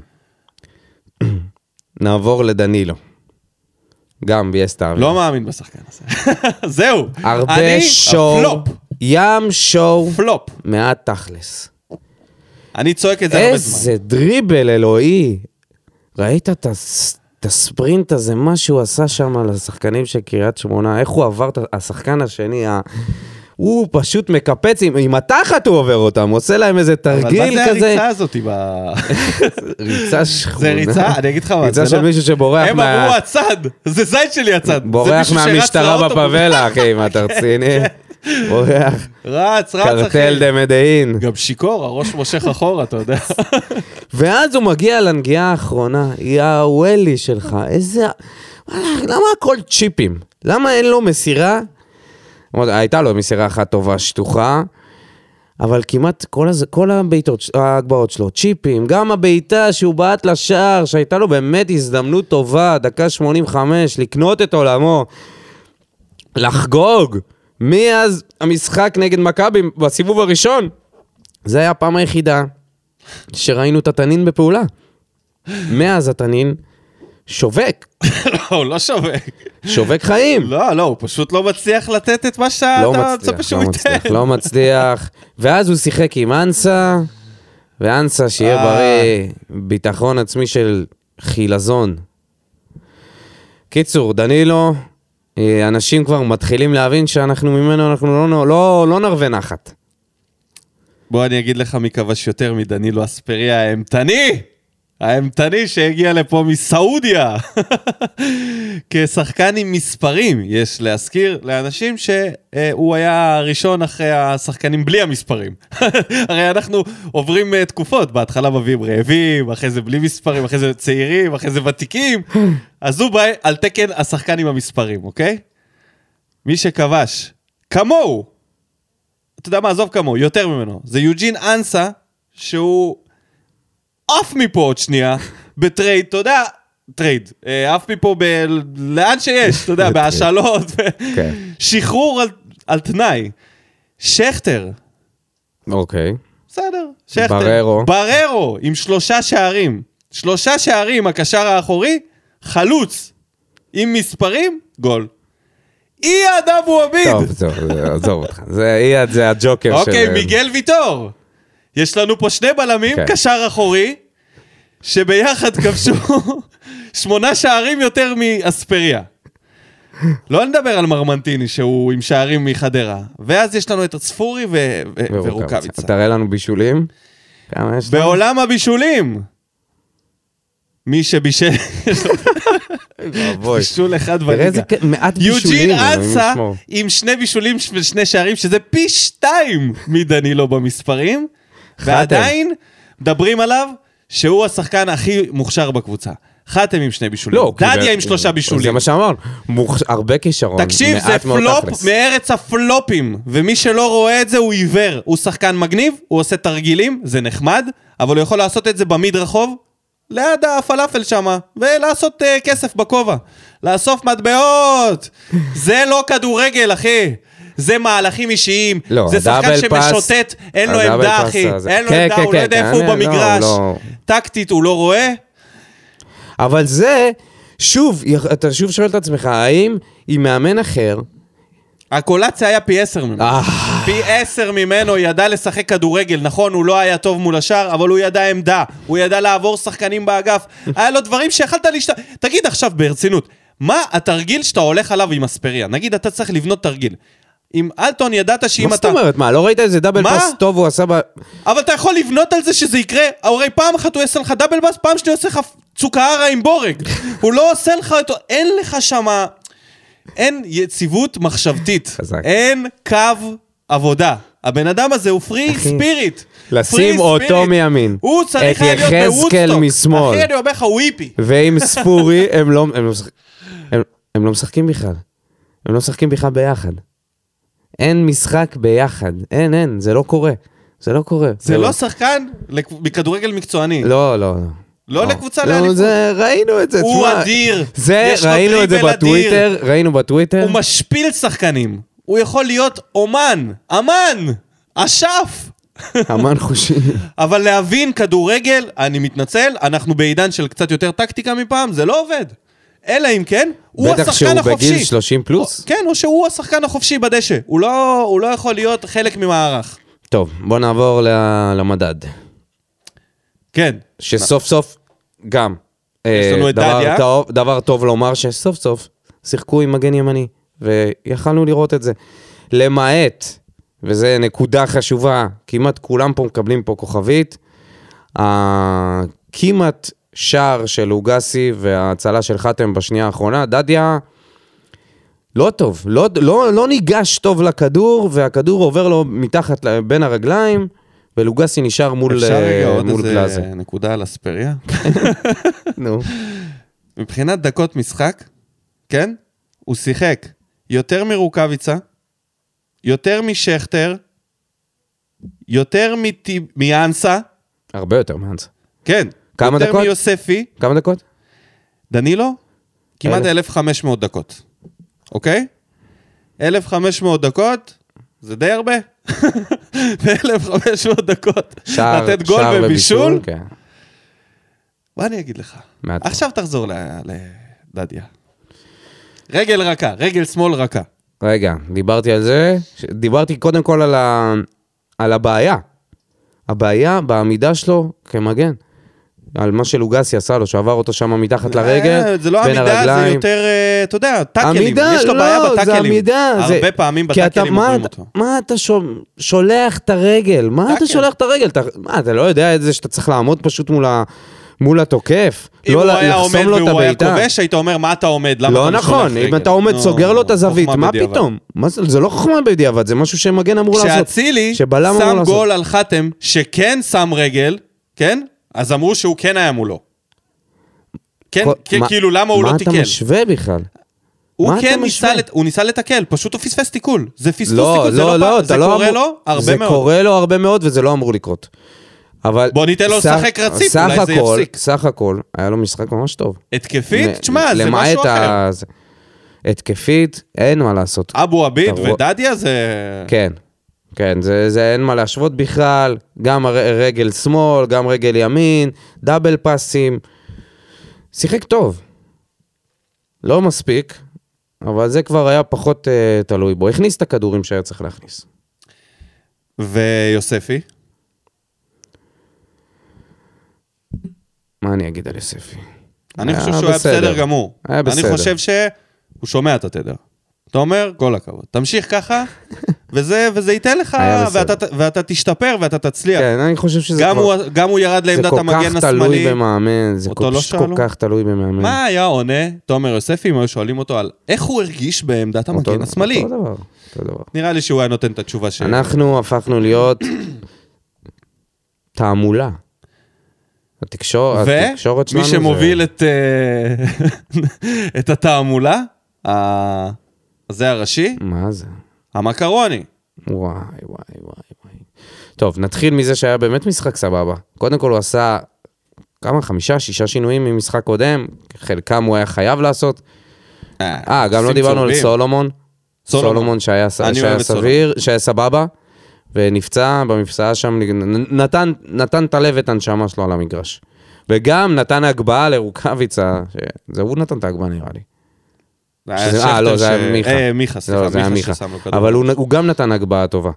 נעבור לדנילו. גם ביאסטה. לא מאמין בשחקן הזה. זהו. הרבה שואו. פלופ. ים שואו. פלופ. מעט תכלס. אני צועק את זה הרבה זמן. איזה דריבל אלוהי. ראית את הספרינט הזה, מה שהוא עשה שם על השחקנים של קריית שמונה, איך הוא עבר את השחקן השני, הוא פשוט מקפץ, עם התחת הוא עובר אותם, הוא עושה להם איזה תרגיל כזה. אבל מה זה הריצה הזאת? ריצה שכונה. זה ריצה, אני אגיד לך מה. ריצה של מישהו שבורח הם אמרו הצד, זה זית שלי הצד. בורח מהמשטרה בפאבלה, אחי, מה אתה רציני? בורח. רץ, אחי. קרטל דה מדעין. גם שיקור, הראש מושך אחורה, אתה יודע. ואז הוא מגיע לנגיעה האחרונה, יא וואלי שלך, איזה... למה הכל צ'יפים? למה אין לו מסירה? הייתה לו מסירה אחת טובה שטוחה, אבל כמעט כל הבעיטות, ההגבהות שלו, צ'יפים, גם הבעיטה שהוא בעט לשער, שהייתה לו באמת הזדמנות טובה, דקה 85, לקנות את עולמו, לחגוג, מאז המשחק נגד מכבי בסיבוב הראשון, זה היה הפעם היחידה שראינו את התנין בפעולה. מאז התנין שווק. לא, הוא לא שווק. שווק חיים. לא, הוא פשוט לא מצליח לתת את מה שאתה מצפה שהוא ייתן. לא מצליח. ואז הוא שיחק עם אנסה, ואנסה שיהיה בריא, ביטחון עצמי של חילזון. קיצור, דנילו, אנשים כבר מתחילים להבין שאנחנו ממנו, אנחנו לא נרווה נחת. בוא אני אגיד לך מי כבש יותר מדנילו אספריה האמתני שהגיע לפה מסעודיה, כשחקן עם מספרים, יש להזכיר לאנשים שהוא היה הראשון אחרי השחקנים בלי המספרים. הרי אנחנו עוברים תקופות, בהתחלה מביאים רעבים, אחרי זה בלי מספרים, אחרי זה צעירים, אחרי זה ותיקים, אז הוא בא על תקן השחקן עם המספרים, אוקיי? מי שכבש, כמוהו, אתה יודע מה, עזוב כמוהו, יותר ממנו, זה יוג'ין אנסה, שהוא... אף מפה עוד שנייה, בטרייד, אתה יודע, טרייד, אף מפה לאן שיש, אתה יודע, בהשאלות, שחרור על תנאי. שכטר. אוקיי. בסדר, שכטר. בררו, עם 3 שערים. 3 שערים, הקשר האחורי, חלוץ. עם מספרים, גול. אייד אבו עביד. טוב, עזוב אותך. אייד זה הג'וקר של... אוקיי, מיגל ויטור. יש לנו פה 2 בלמים, קשר אחורי, שביחד כבשו 8 שערים יותר מאספריה. לא נדבר על מרמנטיני, שהוא עם שערים מחדרה. ואז יש לנו את הצפורי ורוקביצה. תראה לנו בישולים. בעולם הבישולים. מי שבישל... בישול אחד בליגה. יוג'ין אנסה עם 2 בישולים ו2 שערים, שזה פי 2 מדנילו במספרים. ועדיין מדברים עליו שהוא השחקן הכי מוכשר בקבוצה. חתם עם 2 בישולים. דדיה עם 3 בישולים. זה מה שאמר. הרבה כישרון. תקשיב, זה פלופ מארץ הפלופים. ומי שלא רואה את זה הוא עיוור. הוא שחקן מגניב, הוא עושה תרגילים, זה נחמד, אבל הוא יכול לעשות את זה במדרחוב, ליד הפלאפל שמה, ולעשות כסף בכובע. לאסוף מטבעות. זה לא כדורגל, אחי. זה מהלכים אישיים, זה שחקן שמשוטט, אין לו עמדה אחי, אין לו עמדה, הוא לא יודע איפה הוא במגרש, טקטית הוא לא רואה. אבל זה, שוב, אתה שוב שואל את עצמך, האם עם מאמן אחר, הקולציה היה פי 10 ממנו, פי 10 ממנו, ידע לשחק כדורגל, נכון, הוא לא היה טוב מול השאר, אבל הוא ידע עמדה, הוא ידע לעבור שחקנים באגף, היה לו דברים שיכלת תגיד עכשיו ברצינות, מה התרגיל שאתה הולך עליו עם אספריה? נגיד אתה צריך לבנות תרגיל, עם אלטון ידעת שאם אתה... מה זאת אומרת? מה? לא ראית איזה דאבל פס טוב הוא עשה ב... אבל אתה יכול לבנות על זה שזה יקרה. הרי פעם אחת הוא עושה לך דאבל פס, פעם שני עושה לך צוקהרה עם בורג. הוא לא עושה לך אותו... אין לך שמה... אין יציבות מחשבתית. אין קו עבודה. הבן אדם הזה הוא פרי ספיריט. לשים אותו מימין. הוא צריך להיות בוודסטוק. אחי, אני אומר לך, הוא היפי. ועם ספורי, הם לא משחקים בכלל. הם לא משחקים בכלל ביחד. אין משחק ביחד. אין, זה לא קורה. זה לא קורה. זה לא שחקן בכדורגל מקצועני. לא. לא לקבוצה לאליפות. ראינו את זה. הוא אדיר. ראינו את זה בטוויטר. ראינו בטוויטר. הוא משפיל שחקנים. הוא יכול להיות אומן. אמן. אשף. אמן חושי. אבל להבין כדורגל, אני מתנצל, אנחנו בעידן של קצת יותר טקטיקה מפעם, זה לא עובד. אלא אם כן, הוא השחקן החופשי. בטח שהוא בגיל 30 פלוס? כן, או שהוא השחקן החופשי בדשא. הוא לא יכול להיות חלק ממערך. טוב, בוא נעבור למדד. כן. שסוף סוף גם. יש לנו את דדיה. דבר טוב לומר שסוף סוף שיחקו עם מגן ימני, ויכלנו לראות את זה. למעט, וזה נקודה חשובה, כמעט כולם פה מקבלים פה כוכבית, כמעט שער של אוגסי וההצלה של חתם בשנייה האחרונה, דדיה לא טוב, לא ניגש טוב לכדור, והכדור עובר לו מתחת בין הרגליים, ולוגסי נשאר מול קלאזה. אפשר רגע עוד איזה נקודה על אספריה? נו. מבחינת דקות משחק, כן? הוא שיחק יותר מרוקביצה, יותר משכתר, יותר מאנסה. הרבה יותר מאנסה. כן. כמה דקות? יותר מיוספי. כמה דקות? דנילו? כמעט 1,500 דקות. אוקיי? 1,500 דקות, זה די הרבה. ב-1,500 דקות. לתת גול ובישול. מה אני אגיד לך? עכשיו תחזור לדדיה. רגל רכה, רגל שמאל רכה. רגע, דיברתי על זה. דיברתי קודם כל על הבעיה. הבעיה בעמידה שלו כמגן. על מה שלוגסי עשה לו, שעבר אותו שם מתחת לרגל, זה לא עמידה, זה יותר, אתה יודע, טאקלים. יש לו בעיה בטאקלים. זה עמידה. הרבה פעמים בטאקלים עוברים אותו. מה אתה שולח את הרגל? מה אתה שולח את הרגל? אתה לא יודע את זה שאתה צריך לעמוד פשוט מול התוקף? אם הוא היה עומד והוא היה כובש, היית אומר, מה אתה עומד? לא נכון, אם אתה עומד סוגר לו את הזווית, מה פתאום? זה לא חוכמה בדיעבד, זה משהו שמגן אמור לעשות. כשאצילי שם גול על חתם, שכן שם רגל, כן? אז אמרו שהוא כן היה מולו. כן, כאילו, למה הוא לא תיקל? מה אתה משווה בכלל? הוא ניסה לתקל, פשוט הוא פספס תיקול. זה פספוס תיקול, זה קורה לו הרבה מאוד. זה קורה לו הרבה מאוד, וזה לא אמור לקרות. בוא ניתן לו לשחק רציף, אולי זה יפסיק. סך הכל, היה לו משחק ממש טוב. התקפית? תשמע, זה משהו אחר. התקפית, אין מה לעשות. אבו עביד ודדיה זה... כן. כן, זה אין מה להשוות בכלל, גם רגל שמאל, גם רגל ימין, דאבל פסים, שיחק טוב. לא מספיק, אבל זה כבר היה פחות תלוי בו. הכניס את הכדורים שהיה צריך להכניס. ויוספי? מה אני אגיד על יוספי? אני חושב שהוא היה בסדר גמור. אני חושב שהוא שומע את התדר. אתה אומר, כל הכבוד. תמשיך ככה, וזה ייתן לך, ואתה תשתפר, ואתה תצליח. כן, אני חושב שזה גם הוא ירד לעמדת המגן השמאלי. זה כל כך תלוי במאמן, זה כל כך תלוי במאמן. מה היה עונה, תומר יוספי, אם היו שואלים אותו על איך הוא הרגיש בעמדת המגן השמאלי? אותו דבר. נראה לי שהוא היה נותן את התשובה ש... אנחנו הפכנו להיות תעמולה. התקשורת שלנו זה... ומי שמוביל את התעמולה, זה הראשי? מה זה? המקרוני. וואי. טוב, נתחיל מזה שהיה באמת משחק סבבה. קודם כל הוא עשה 5-6 שינויים ממשחק קודם, חלקם הוא היה חייב לעשות. גם לא דיברנו על סולומון. סולומון שהיה סביר, שהיה סבבה, ונפצע במפצעה שם, נתן את הלב את הנשמה שלו על המגרש. וגם נתן הגבהה לרוקביצה, זה הוא נתן את ההגבהה נראה לי. לא, זה היה מיכה. מיכה, סליחה. זה היה מיכה. אבל הוא גם נתן הגבהה טובה.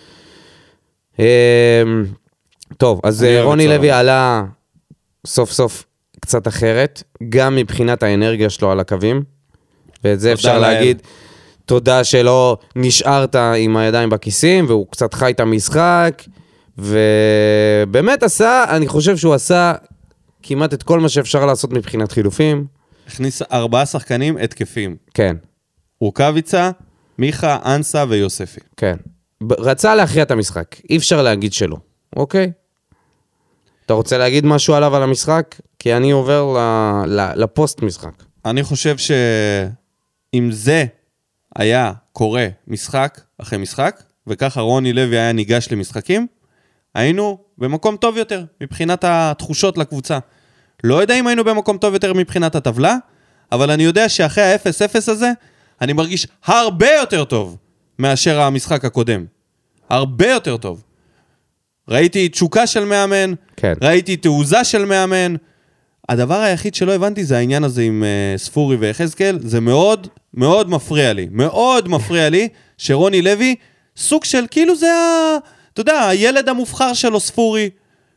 טוב, אז רוני לוי עלה סוף סוף קצת אחרת, גם מבחינת האנרגיה שלו על הקווים, ואת זה אפשר להגיד, תודה שלא נשארת עם הידיים בכיסים, והוא קצת חי את המשחק, ובאמת אני חושב שהוא עשה כמעט את כל מה שאפשר לעשות מבחינת חילופים, הכניס 4 שחקנים התקפים. כן. רוקביצה, מיכה, אנסה ויוספי. כן. רצה להכריע את המשחק. אי אפשר להגיד שלא. אוקיי? אתה רוצה להגיד משהו עליו על המשחק? כי אני עובר לפוסט משחק. אני חושב שאם זה היה קורה משחק אחרי משחק, וככה רוני לוי היה ניגש למשחקים, היינו במקום טוב יותר מבחינת התחושות לקבוצה. לא יודע אם היינו במקום טוב יותר מבחינת הטבלה, אבל אני יודע שאחרי ה-0-0 הזה, אני מרגיש הרבה יותר טוב מאשר המשחק הקודם. הרבה יותר טוב. ראיתי תשוקה של מאמן, כן. ראיתי תעוזה של מאמן. הדבר היחיד שלא הבנתי זה העניין הזה עם ספורי ויחזקאל, זה מאוד מאוד מפריע לי. מאוד מפריע לי שרוני לוי, סוג של, כאילו זה אתה יודע, הילד המובחר שלו ספורי,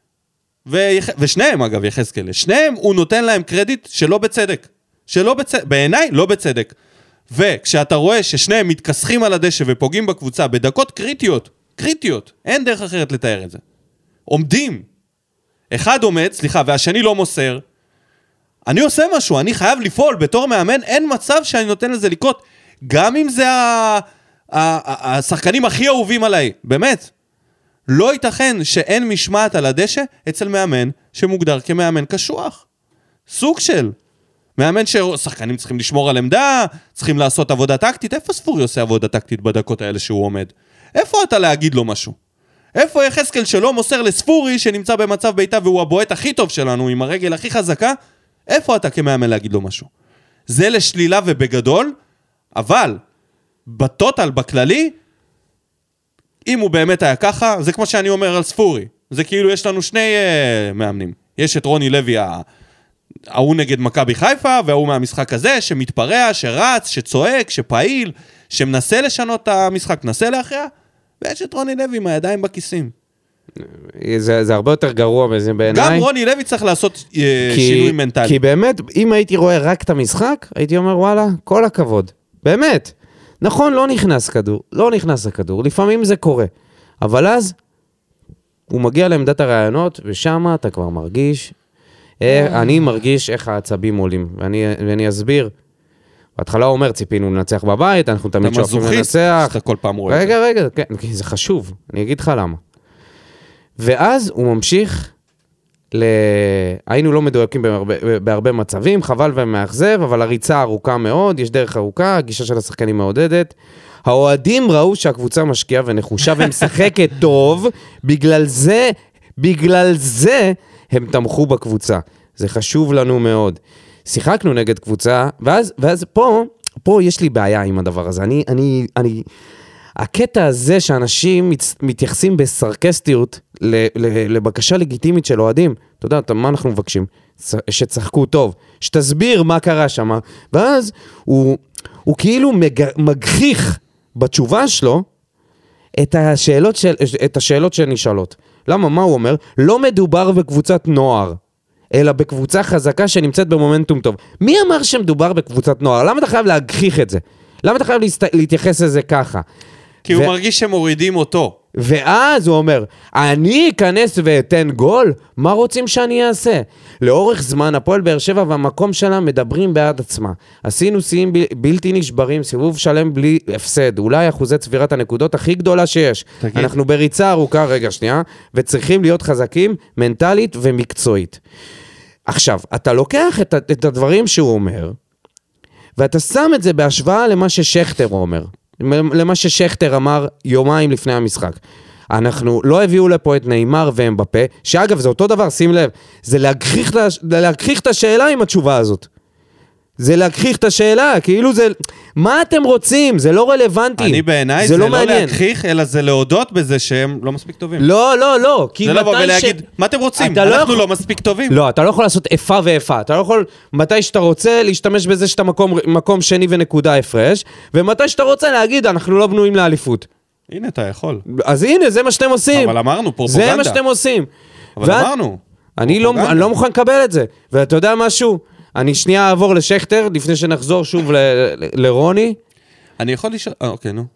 ושניהם אגב יחזקאל, שניהם הוא נותן להם קרדיט שלא בצדק. בעיניי לא בצדק. וכשאתה רואה ששניהם מתכסחים על הדשא ופוגעים בקבוצה בדקות קריטיות, אין דרך אחרת לתאר את זה. עומדים. אחד עומד, סליחה, והשני לא מוסר. אני עושה משהו, אני חייב לפעול בתור מאמן, אין מצב שאני נותן לזה לקרות, גם אם זה השחקנים הכי אהובים עליי, באמת. לא ייתכן שאין משמעת על הדשא אצל מאמן שמוגדר כמאמן קשוח. סוג של מאמן ששחקנים צריכים לשמור על עמדה, צריכים לעשות עבודה טקטית. איפה ספורי עושה עבודה טקטית בדקות האלה שהוא עומד? איפה אתה להגיד לו משהו? איפה יחזקאל שלא מוסר לספורי שנמצא במצב ביתה והוא הבועט הכי טוב שלנו עם הרגל הכי חזקה? איפה אתה כמאמן להגיד לו משהו? זה לשלילה ובגדול, אבל בטוטל, בכללי, אם הוא באמת היה ככה, זה כמו שאני אומר על ספורי. זה כאילו יש לנו שני מאמנים. יש את רוני לוי, ההוא נגד מכבי חיפה, והוא מהמשחק הזה, שמתפרע, שרץ, שצועק, שפעיל, שמנסה לשנות את המשחק, מנסה להכריע, ויש את רוני לוי עם הידיים בכיסים. זה הרבה יותר גרוע בזה בעיניי. גם רוני לוי צריך לעשות שינוי מנטלי. כי באמת, אם הייתי רואה רק את המשחק, הייתי אומר, וואלה, כל הכבוד. באמת. נכון, לא נכנס הכדור, לפעמים זה קורה. אבל אז, הוא מגיע לעמדת הרעיונות, ושם אתה כבר מרגיש, אני מרגיש איך העצבים עולים, ואני אסביר. בהתחלה הוא אומר, ציפינו לנצח בבית, אנחנו תמיד שואפים לנצח. שאתה כל פעם רואה את זה. רגע, כן, זה חשוב, אני אגיד לך למה. ואז הוא ממשיך, היינו לא מדויקים בהרבה מצבים, חבל ומאכזב, אבל הריצה ארוכה מאוד, יש דרך ארוכה, הגישה של השחקנים מעודדת. האוהדים ראו שהקבוצה משקיעה ונחושה ומשחקת טוב, בגלל זה הם תמכו בקבוצה. זה חשוב לנו מאוד. שיחקנו נגד קבוצה, ואז פה יש לי בעיה עם הדבר הזה. הקטע הזה שאנשים מתייחסים בסרקסטיות לבקשה לגיטימית של אוהדים, אתה יודע, מה אנחנו מבקשים? שצחקו טוב, שתסביר מה קרה שם, ואז הוא כאילו מגחיך בתשובה שלו את השאלות שנשאלות. למה? מה הוא אומר? לא מדובר בקבוצת נוער, אלא בקבוצה חזקה שנמצאת במומנטום טוב. מי אמר שמדובר בקבוצת נוער? למה אתה חייב להגחיך את זה? למה אתה חייב להתייחס לזה ככה? כי הוא מרגיש שמורידים אותו. ואז הוא אומר, אני אכנס ואתן גול? מה רוצים שאני אעשה? לאורך זמן, הפועל באר שבע והמקום שלה מדברים בעד עצמה. עשינו שיאים בלתי נשברים, סיבוב שלם בלי הפסד. אולי אחוזי צבירת הנקודות הכי גדולה שיש. תגיד. אנחנו בריצה ארוכה, וצריכים להיות חזקים מנטלית ומקצועית. עכשיו, אתה לוקח את הדברים שהוא אומר, ואתה שם את זה בהשוואה למה ששכטר אומר. למה ששכטר אמר יומיים לפני המשחק. אנחנו לא הביאו לפה את ניימר ואמבפה, שאגב זה אותו דבר, שים לב, זה להגחיך את השאלה עם התשובה הזאת. זה להגחיך את השאלה, כאילו זה, מה אתם רוצים? זה לא רלוונטי. אני בעיניי זה לא להגחיך, אלא זה להודות בזה שהם לא מספיק טובים. לא. זה לא בא ולהגיד, מה אתם רוצים? אנחנו לא מספיק טובים. לא, אתה לא יכול לעשות איפה ואיפה. אתה לא יכול, מתי שאתה רוצה, להשתמש בזה שאתה מקום שני ונקודה הפרש, ומתי שאתה רוצה להגיד, אנחנו לא בנויים לאליפות. הנה, אתה יכול. אז הנה, זה מה שאתם עושים. אבל אמרנו, פרופוגנדה. זה מה שאתם עושים. אבל אמרנו. אני לא מוכן לקבל את זה. ואתה יודע משהו? אני שנייה אעבור לשכטר, לפני שנחזור שוב לרוני. אני יכול לשאול, אוקיי, נו.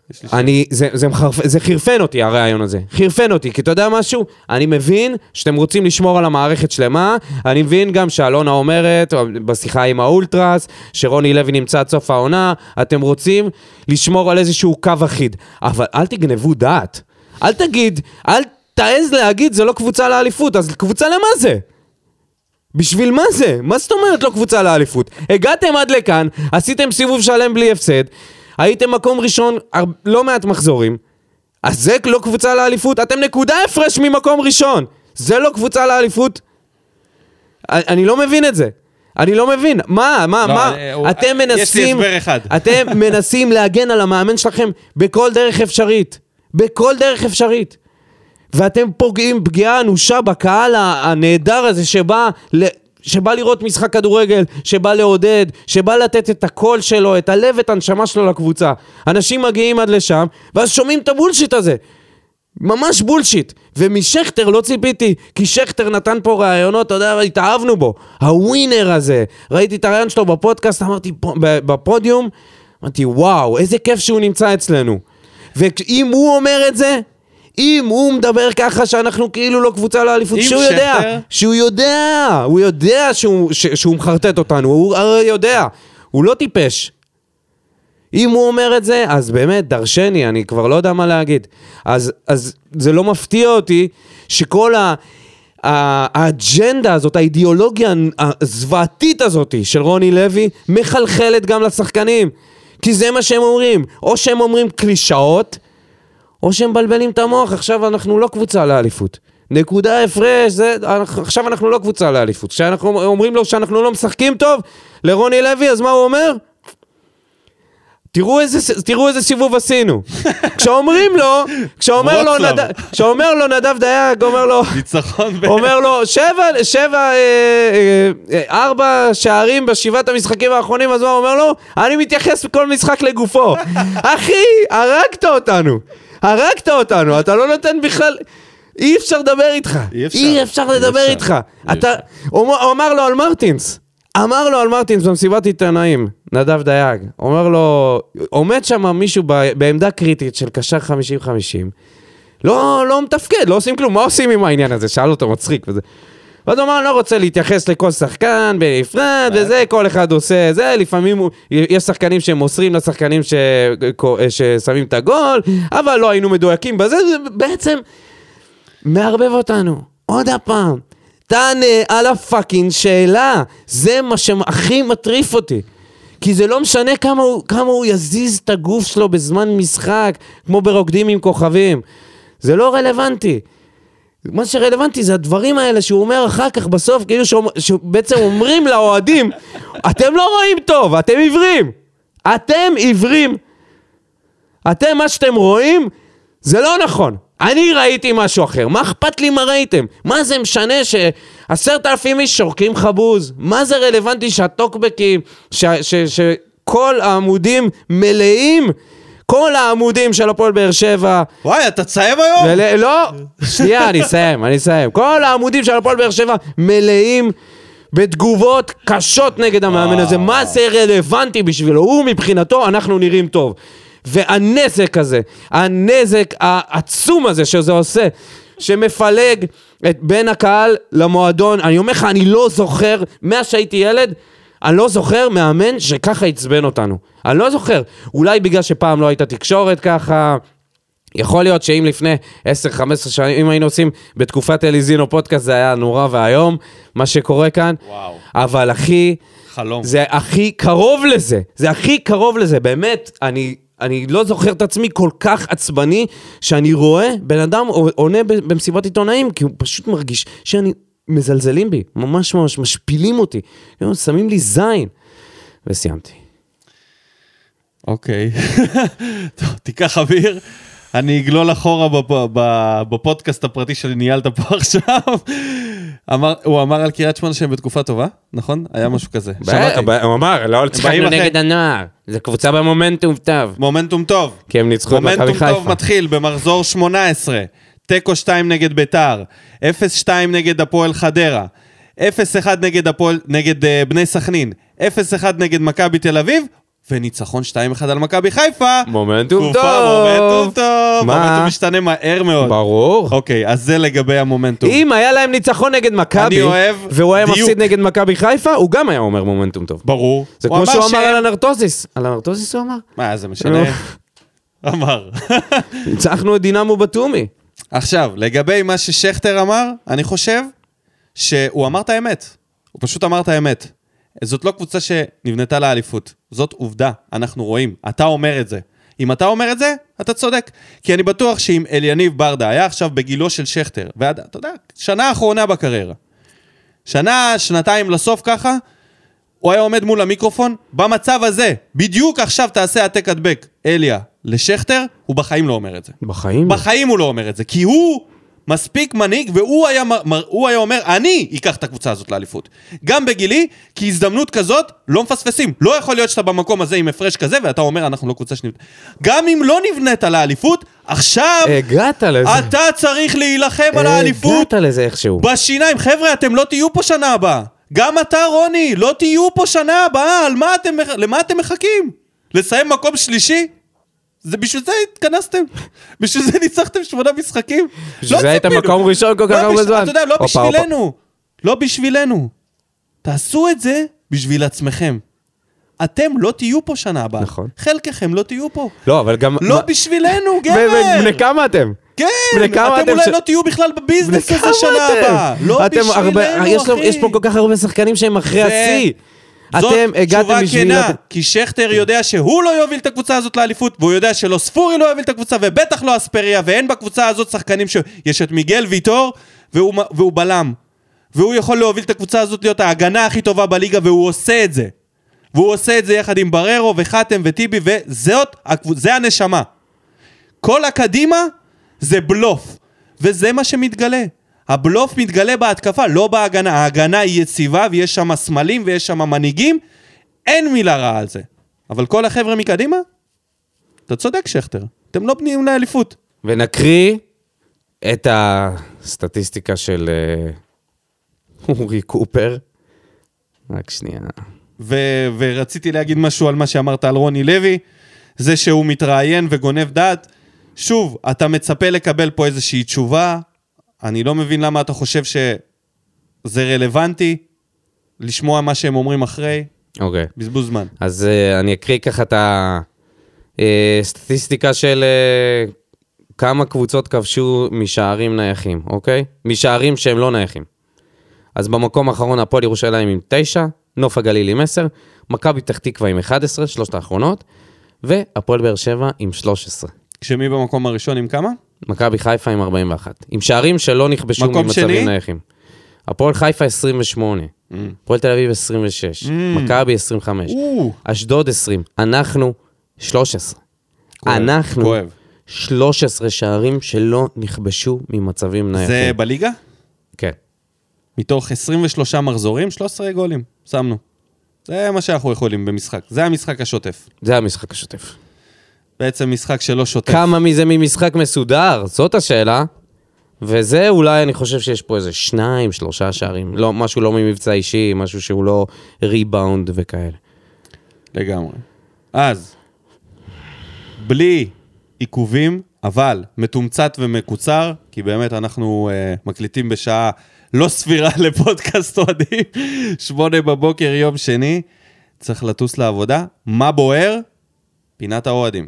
זה חירפן אותי, הרעיון הזה. חירפן אותי, כי אתה יודע משהו? אני מבין שאתם רוצים לשמור על המערכת שלמה, אני מבין גם שאלונה אומרת, בשיחה עם האולטרס, שרוני לוי נמצא עד סוף העונה, אתם רוצים לשמור על איזשהו קו אחיד. אבל אל תגנבו דעת. אל תגיד, אל תעז להגיד, זה לא קבוצה לאליפות, אז קבוצה למה זה? בשביל מה זה? מה זאת אומרת לא קבוצה לאליפות? הגעתם עד לכאן, עשיתם סיבוב שלם בלי הפסד, הייתם מקום ראשון, לא מעט מחזורים, אז זה לא קבוצה לאליפות? אתם נקודה הפרש ממקום ראשון, זה לא קבוצה לאליפות? אני לא מבין את זה. אני לא מבין. מה? אתם מנסים, אתם מנסים להגן על המאמן שלכם בכל דרך אפשרית. בכל דרך אפשרית. ואתם פוגעים פגיעה אנושה בקהל הנהדר הזה שבא לראות משחק כדורגל, שבא לעודד, שבא לתת את הקול שלו, את הלב, את הנשמה שלו לקבוצה. אנשים מגיעים עד לשם, ואז שומעים את הבולשיט הזה. ממש בולשיט. ומשכתר לא ציפיתי, כי שכתר נתן פה רעיונות, אתה יודע, התאהבנו בו. הווינר הזה. ראיתי את הרעיון שלו בפודקאסט, אמרתי, בפודיום, אמרתי, וואו, איזה כיף שהוא נמצא אצלנו. ואם הוא אומר את זה, אם הוא מדבר ככה שאנחנו כאילו לא קבוצה לאליפות, שהוא יודע שהוא מחרטט אותנו, הוא הרי יודע, הוא לא טיפש. אם הוא אומר את זה, אז באמת דרשני, אני כבר לא יודע מה להגיד. אז זה לא מפתיע אותי שכל האג'נדה הזאת, האידיאולוגיה הזוועתית הזאת של רוני לוי, מחלחלת גם לשחקנים. כי זה מה שהם אומרים. או שהם אומרים קלישאות, או שהם בלבלים את המוח. עכשיו אנחנו לא קבוצה לאליפות. נקודה הפרש, עכשיו אנחנו לא קבוצה לאליפות. כשאנחנו אומרים לו שאנחנו לא משחקים טוב, לרוני לוי, אז מה הוא אומר? תראו איזה סיבוב עשינו. כשאומרים לו, כשאומר לו נדב דייג, אומר לו 4 שערים בשבעת המשחקים האחרונים, אז מה הוא אומר לו? אני מתייחס בכל משחק לגופו. אחי, הרגת אותנו, אתה לא נותן בכלל, אי אפשר לדבר איתך. הוא אמר לו על מרטינס במסיבת עיתונאים, נדב דייג, אומר לו, עומד שם מישהו בעמדה קריטית של קשר 50-50, לא מתפקד, לא עושים כלום, מה עושים עם העניין הזה? שאל אותו מצחיק וזה. ואז הוא אמר, אני לא רוצה להתייחס לכל שחקן בנפרד, וזה, כל אחד עושה זה, לפעמים יש שחקנים שמוסרים לשחקנים ששמים את הגול, אבל לא היינו מדויקים בזה, זה בעצם מערבב אותנו. עוד הפעם. תענה על הפאקינג שאלה, זה מה שהכי מטריף אותי, כי זה לא משנה כמה הוא יזיז את הגוף שלו בזמן משחק, כמו ברוקדים עם כוכבים, זה לא רלוונטי. מה שרלוונטי זה הדברים האלה שהוא אומר אחר כך בסוף, כאילו שבעצם אומרים לאוהדים, אתם לא רואים טוב, אתם עיוורים, אתם מה שאתם רואים, זה לא נכון. אני ראיתי משהו אחר, מה אכפת לי מה ראיתם? מה זה משנה ש10,000 איש שורקים חבוז? מה זה רלוונטי שהטוקבקים, שכל העמודים מלאים, כל העמודים של הפועל באר שבע... וואי, אתה צייב היום? לא, שנייה, אני אסיים. כל העמודים של הפועל באר שבע מלאים בתגובות קשות נגד המאמן הזה. מה זה רלוונטי בשבילו? הוא מבחינתו, אנחנו נראים טוב. והנזק הזה, הנזק העצום הזה שזה עושה, שמפלג בין הקהל למועדון, אני אומר לך, אני לא זוכר, מאז שהייתי ילד, אני לא זוכר מאמן שככה יצבן אותנו. אני לא זוכר. אולי בגלל שפעם לא הייתה תקשורת ככה, יכול להיות שאם לפני 10-15 שנים, אם היינו עושים בתקופת אליזינו פודקאסט, זה היה נורא והיום, מה שקורה כאן. וואו. אבל הכי, חלום. זה הכי קרוב לזה, באמת, אני לא זוכר את עצמי כל כך עצבני, שאני רואה בן אדם עונה במסיבת עיתונאים, כי הוא פשוט מרגיש שאני מזלזלים בי, ממש משפילים אותי, שמים לי זין, וסיימתי. אוקיי, טוב, תיקח אוויר, אני אגלול אחורה בפודקאסט הפרטי שלי ניהלת פה עכשיו, הוא אמר על קריית שמונה שהם בתקופה טובה, נכון? היה משהו כזה. הוא אמר, לא צחקנו נגד הנוער, זה קבוצה במומנטום טוב. מומנטום טוב. כי הם ניצחו את מכבי חיפה. מומנטום טוב מתחיל במחזור 18, תיקו 2 נגד ביתר, 0-2 נגד הפועל חדרה, 0-1 נגד בני סכנין, 0-1 נגד מכבי תל אביב, וניצחון 2-1 על מכבי חיפה. מומנטום טוב. מומנטום טוב. מומנטום משתנה מהר מאוד. ברור. אוקיי, אז זה לגבי המומנטום. אם היה להם ניצחון נגד מכבי, והוא היה מפסיד נגד מכבי חיפה, הוא גם היה אומר מומנטום טוב. ברור. זה כמו שהוא אמר על הנרטוזיס. על הנרטוזיס הוא אמר? מה, זה משנה? אמר. ניצחנו את דינמו בתומי. עכשיו, לגבי מה ששכתר אמר, אני חושב שהוא אמר את האמת. הוא פשוט אמר את האמת. זאת לא קבוצה שנבנתה לאליפות. זאת עובדה, אנחנו רואים. אתה אומר את זה. אם אתה אומר את זה, אתה צודק. כי אני בטוח שאם אליניב ברדה היה עכשיו בגילו של שכתר, ואתה יודע, שנה האחרונה בקריירה, שנתיים לסוף ככה, הוא היה עומד מול המיקרופון, במצב הזה, בדיוק עכשיו תעשה העתק הדבק, אליה, לשכתר, הוא בחיים לא אומר את זה. בחיים? בחיים הוא לא אומר את זה, כי הוא מספיק מנהיג, והוא היה אומר, אני אקח את הקבוצה הזאת לאליפות. גם בגילי, כי הזדמנות כזאת לא מפספסים. לא יכול להיות שאתה במקום הזה עם הפרש כזה, ואתה אומר, אנחנו לא קבוצה שנבנית. גם אם לא נבנית על האליפות, עכשיו אתה צריך להילחם על האליפות. הגעת לזה איכשהו. בשיניים. חבר'ה, אתם לא תהיו פה שנה הבאה. גם אתה, רוני, לא תהיו פה שנה הבאה. למה אתם מחכים? לסיים מקום שלישי? זה בשביל זה התכנסתם, בשביל זה ניצחתם 8 משחקים. בשביל זה הייתם מקום ראשון כל כך הרבה זמן. אתה יודע, לא בשבילנו, לא בשבילנו. תעשו את זה בשביל עצמכם. אתם לא תהיו פה שנה הבאה. נכון. חלקכם לא תהיו פה. לא, אבל גם... לא בשבילנו, גבר. בני כמה אתם? כן, אתם אולי לא תהיו בכלל בביזנס הזה שנה הבאה. לא בשבילנו, אחי. יש פה כל כך הרבה שחקנים שהם אחרי השיא. זאת תשובה כנה, כי שכטר יודע שהוא לא יוביל את הקבוצה הזאת לאליפות, והוא יודע שלא ספורי לא יוביל את הקבוצה, ובטח לא אספריה, ואין בקבוצה הזאת שחקנים שיש את מיגל ויטור, והוא בלם. והוא יכול להוביל את הקבוצה הזאת להיות ההגנה הכי טובה בליגה, והוא עושה את זה. והוא עושה את זה יחד עם בררו וחתם וטיבי, וזה הנשמה. כל הקדימה זה בלוף, וזה מה שמתגלה. הבלוף מתגלה בהתקפה, לא בהגנה. ההגנה היא יציבה, ויש שם סמלים, ויש שם מנהיגים. אין מילה רעה על זה. אבל כל החבר'ה מקדימה, אתה צודק, שכטר. אתם לא בניים לאליפות. ונקריא את הסטטיסטיקה של אורי קופר. רק שנייה. ורציתי להגיד משהו על מה שאמרת על רוני לוי. זה שהוא מתראיין וגונב דעת. שוב, אתה מצפה לקבל פה איזושהי תשובה. אני לא מבין למה אתה חושב שזה רלוונטי, לשמוע מה שהם אומרים אחרי. אוקיי. בזבוז זמן. אז אני אקריא ככה את הסטטיסטיקה של כמה קבוצות כבשו משערים נייחים, אוקיי? משערים שהם לא נייחים. אז במקום האחרון הפועל ירושלים עם 9, נוף הגליל עם 10, מכבי פתח תקווה עם 11, שלושת האחרונות, והפועל באר שבע עם 13. כשמי במקום הראשון עם כמה? מכבי חיפה עם 41. עם שערים שלא נכבשו ממצבים נייחים. הפועל חיפה 28. הפועל תל אביב 26. מכבי 25. אשדוד 20. אנחנו 13. אנחנו 13 שערים שלא נכבשו ממצבים נייחים. זה בליגה? כן. מתוך 23 מחזורים, 13 גולים. שמנו. זה מה שאנחנו יכולים במשחק. זה המשחק השוטף. זה המשחק השוטף. בעצם משחק שלא שוטף. כמה מזה ממשחק מסודר? זאת השאלה. וזה אולי אני חושב שיש פה איזה 2-3 שערים. לא, משהו לא ממבצע אישי, משהו שהוא לא ריבאונד וכאלה. לגמרי. אז, בלי עיכובים, אבל מתומצת ומקוצר, כי באמת אנחנו מקליטים בשעה לא סבירה לפודקאסט אוהדים, 8 בבוקר יום שני, צריך לטוס לעבודה. מה בוער? פינת האוהדים.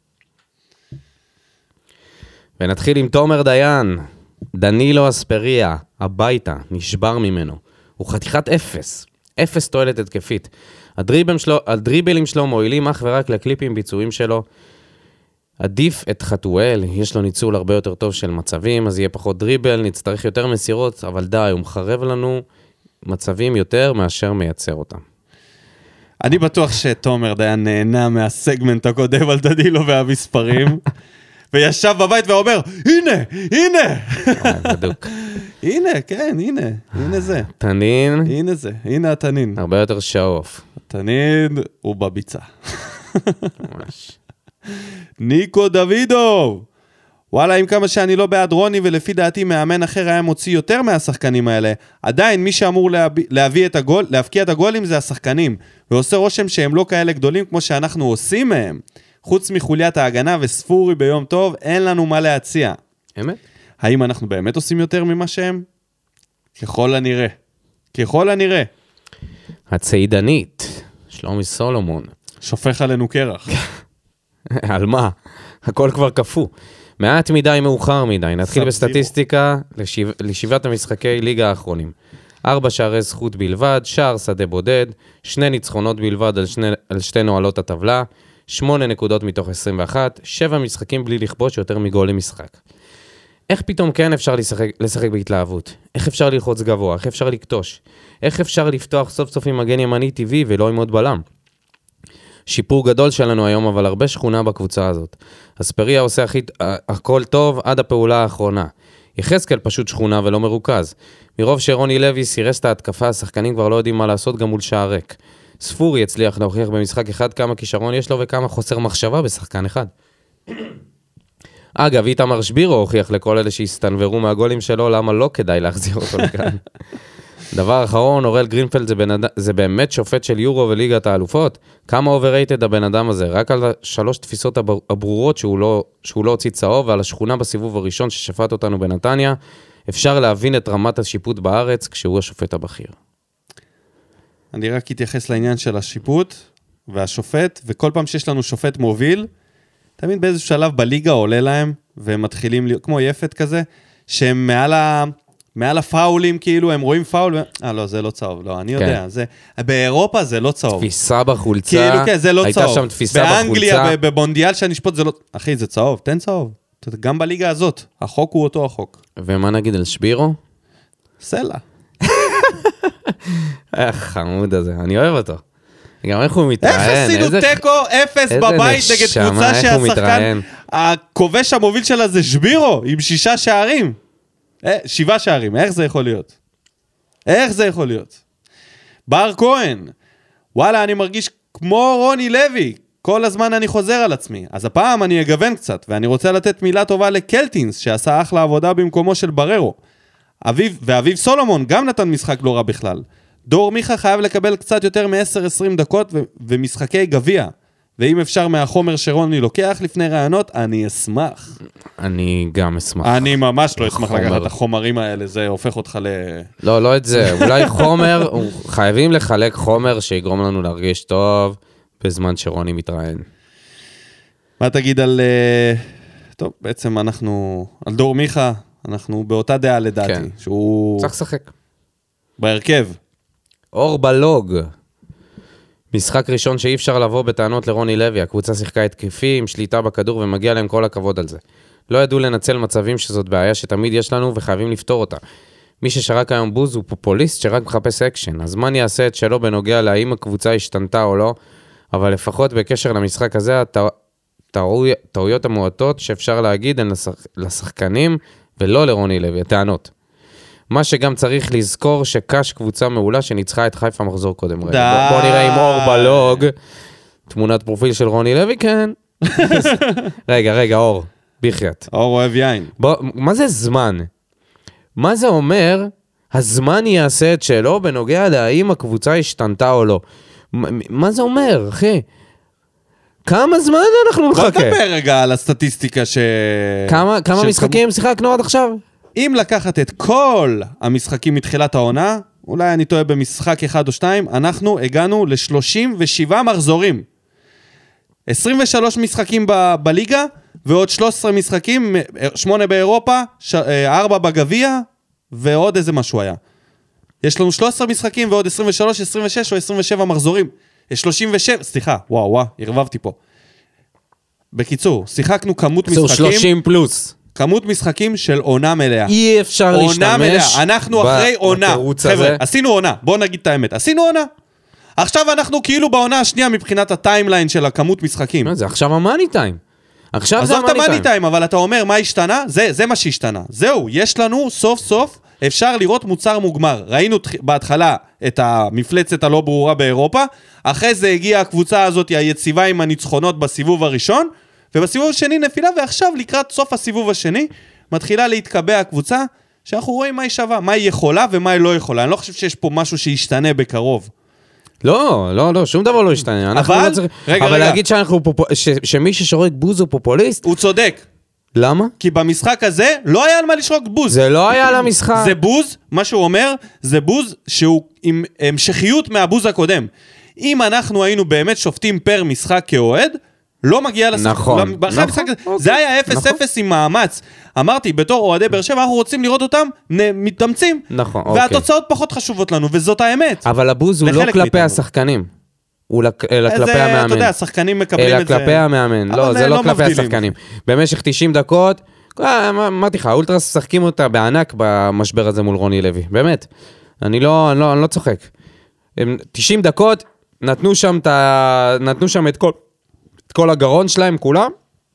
ונתחיל עם תומר דיין. דנילו אספריה, הביתה, נשבר ממנו. הוא חתיכת אפס. אפס תועלת התקפית. הדריבלים שלו מועילים אך ורק לקליפים ביצועים שלו. עדיף את חתואל, יש לו ניצול הרבה יותר טוב של מצבים, אז יהיה פחות דריבל, נצטרך יותר מסירות, אבל די, הוא מחרב לנו מצבים יותר מאשר מייצר אותם. אני בטוח שתומר דיין נהנה מהסגמנט הקודם על דנילו והמספרים, וישב בבית ואומר, הנה! בדוק. הנה, כן, הנה זה. תנין. הנה זה, הנה התנין. הרבה יותר שעוף. התנין הוא בביצה. ממש. ניקו דוידוב. וואלה, עם כמה שאני לא בעד רוני, ולפי דעתי מאמן אחר היה מוציא יותר מהשחקנים האלה, עדיין מי שאמור להבקיע את הגולים זה השחקנים, ועושה רושם שהם לא כאלה גדולים כמו שאנחנו עושים מהם. חוץ מחוליית ההגנה וספורי ביום טוב, אין לנו מה להציע. אמת? האם אנחנו באמת עושים יותר ממה שהם? ככל הנראה. ככל הנראה. הצעידנית, שלומי סולומון. שופך עלינו קרח. על מה? הכל כבר קפוא. מעט מדי, מאוחר מדי. נתחיל בסטטיסטיקה לשבעת המשחקי ליגה האחרונים. 4 שערי זכות בלבד, שער שדה בודד, 2 ניצחונות בלבד על 2 נועלות הטבלה, 8 נקודות מתוך 21, 7 משחקים בלי לכבוש יותר מגול למשחק. איך פתאום כן אפשר לשחק בהתלהבות? איך אפשר ללחוץ גבוה? איך אפשר לקטוש? איך אפשר לפתוח סוף סוף עם מגן ימני טבעי ולא עם עוד בלם? שיפור גדול שלנו היום, אבל הרבה שכונה בקבוצה הזאת. אספריה עושה הכל טוב עד הפעולה האחרונה. יחזקאל פשוט שכונה ולא מרוכז. מרוב שרוני לוי סירס את ההתקפה, השחקנים כבר לא יודעים מה לעשות גם מול שער ריק. ספורי הצליח להוכיח במשחק אחד כמה כישרון יש לו וכמה חוסר מחשבה בשחקן אחד. אגב, איתמר שבירו הוכיח לכל אלה שהסתנוורו מהגולים שלו למה לא כדאי להחזיר אותו לכאן. דבר אחרון, אורל גרינפלד זה באמת שופט של יורו וליגת האלופות. כמה אוברייטד הבן אדם הזה? רק על 3 תפיסות הברורות שהוא לא הוציא צהוב, ועל השכונה בסיבוב הראשון ששפט אותנו בנתניה, אפשר להבין את רמת השיפוט בארץ כשהוא השופט הבכיר. אני רק אתייחס לעניין של השיפוט והשופט, וכל פעם שיש לנו שופט מוביל, תמיד באיזשהו שלב בליגה עולה להם, והם מתחילים להיות כמו יפת כזה, שהם מעל הפאולים, כאילו, הם רואים פאול, לא, זה לא צהוב, לא, אני יודע, באירופה זה לא צהוב. תפיסה בחולצה, כאילו, כן, זה לא צהוב. הייתה שם תפיסה בחולצה. באנגליה, במונדיאל שהנשפוט זה לא, אחי, זה צהוב, תן צהוב. גם בליגה הזאת, החוק הוא אותו החוק. ומה נגיד על שבירו? סלע. חמוד הזה, אני אוהב אותו. גם איך הוא מתראיין. איך עשינו טקו 0 בבית נגד קבוצה שהשחקן, הכובש המוביל שלה זה שבירו, עם 6 שערים. 7 שערים, איך זה יכול להיות? איך זה יכול להיות? בר כהן, וואלה, אני מרגיש כמו רוני לוי, כל הזמן אני חוזר על עצמי, אז הפעם אני אגוון קצת, ואני רוצה לתת מילה טובה לקלטינס, שעשה אחלה עבודה במקומו של בררו. ואביב סולומון גם נתן משחק לא רע בכלל. דור מיכה חייב לקבל קצת יותר מ-10-20 דקות ומשחקי גביע. ואם אפשר מהחומר שרוני לוקח לפני רעיונות, אני אשמח. אני גם אשמח. אני ממש לא אשמח לקחת את החומרים האלה, זה הופך אותך לא, לא את זה. אולי חומר, חייבים לחלק חומר שיגרום לנו להרגיש טוב בזמן שרוני מתראיין. מה תגיד על... טוב, בעצם אנחנו... על דור מיכה, אנחנו באותה דעה לדעתי. כן. שהוא... צריך לשחק. בהרכב. אור בלוג. משחק ראשון שאי אפשר לבוא בטענות לרוני לוי, הקבוצה שיחקה התקפי עם שליטה בכדור ומגיע להם כל הכבוד על זה. לא ידעו לנצל מצבים שזאת בעיה שתמיד יש לנו וחייבים לפתור אותה. מי ששרק היום בוז הוא פופוליסט שרק מחפש אקשן, אז מה יעשה את שלו בנוגע להאם הקבוצה השתנתה או לא, אבל לפחות בקשר למשחק הזה, הטעויות המועטות שאפשר להגיד הן לשחקנים ולא לרוני לוי, הטענות. מה שגם צריך לזכור שקש קבוצה מעולה שניצחה את חיפה מחזור קודם. בוא נראה עם אור בלוג, תמונת פרופיל של רוני לוי, כן. רגע, אור, בחייאת. אור אוהב יין. מה זה זמן? מה זה אומר, הזמן יעשה את שלו בנוגע להאם הקבוצה השתנתה או לא? מה זה אומר, אחי? כמה זמן אנחנו נחכה? בוא נדבר רגע על הסטטיסטיקה ש... כמה משחקים שיחקנו עד עכשיו? אם לקחת את כל המשחקים מתחילת העונה, אולי אני טועה במשחק 1 או 2, אנחנו הגענו ל-37 מחזורים. 23 משחקים בליגה, ועוד 13 משחקים, 8 באירופה, 4 בגביע, ועוד איזה משהו היה. יש לנו 13 משחקים ועוד 23, 26 או 27 מחזורים. 37, סליחה, וואו, הרבבתי פה. בקיצור, שיחקנו כמות משחקים... 30 פלוס. כמות משחקים של עונה מלאה. אי אפשר להשתמש אנחנו אחרי עונה. חבר'ה, עשינו עונה. בואו נגיד את האמת. עשינו עונה. עכשיו אנחנו כאילו בעונה השנייה מבחינת הטיימליין של הכמות משחקים. זה עכשיו המאני טיים. עזוב את המאני טיים, אבל אתה אומר מה השתנה? זה מה שהשתנה. זהו, יש לנו סוף סוף אפשר לראות מוצר מוגמר. ראינו בהתחלה את המפלצת הלא ברורה באירופה, אחרי זה הגיעה הקבוצה הזאת, היציבה עם הניצחונות בסיבוב הראשון, ובסיבוב השני נפילה, ועכשיו לקראת סוף הסיבוב השני, מתחילה להתקבע הקבוצה, שאנחנו רואים מה היא שווה, מה היא יכולה ומה היא לא יכולה. אני לא חושב שיש פה משהו שישתנה בקרוב. לא, שום דבר לא ישתנה. אבל להגיד שמי ששורק בוז הוא פופוליסט? הוא צודק. למה? כי במשחק הזה לא היה על מה לשרוק בוז. זה לא היה על המשחק. זה בוז, מה שהוא אומר, זה בוז שהוא עם המשכיות מהבוז הקודם. אם אנחנו היינו באמת שופטים פר משחק כאוהד, לא מגיע לשחק. נכון. זה היה 0-0 עם מאמץ. אמרתי, בתור אוהדי באר שבע, אנחנו רוצים לראות אותם מתאמצים. נכון, והתוצאות פחות חשובות לנו, וזאת האמת. אבל הבוז הוא לא כלפי השחקנים. אלא כלפי המאמן. אתה יודע, השחקנים מקבלים את זה. אלא כלפי המאמן. לא, זה לא כלפי השחקנים. במשך 90 דקות, אמרתי לך, האולטרס שחקים אותה בענק במשבר הזה מול רוני לוי. באמת. אני לא צוחק. 90 דקות, נתנו שם את כל הגרון שלהם כולם,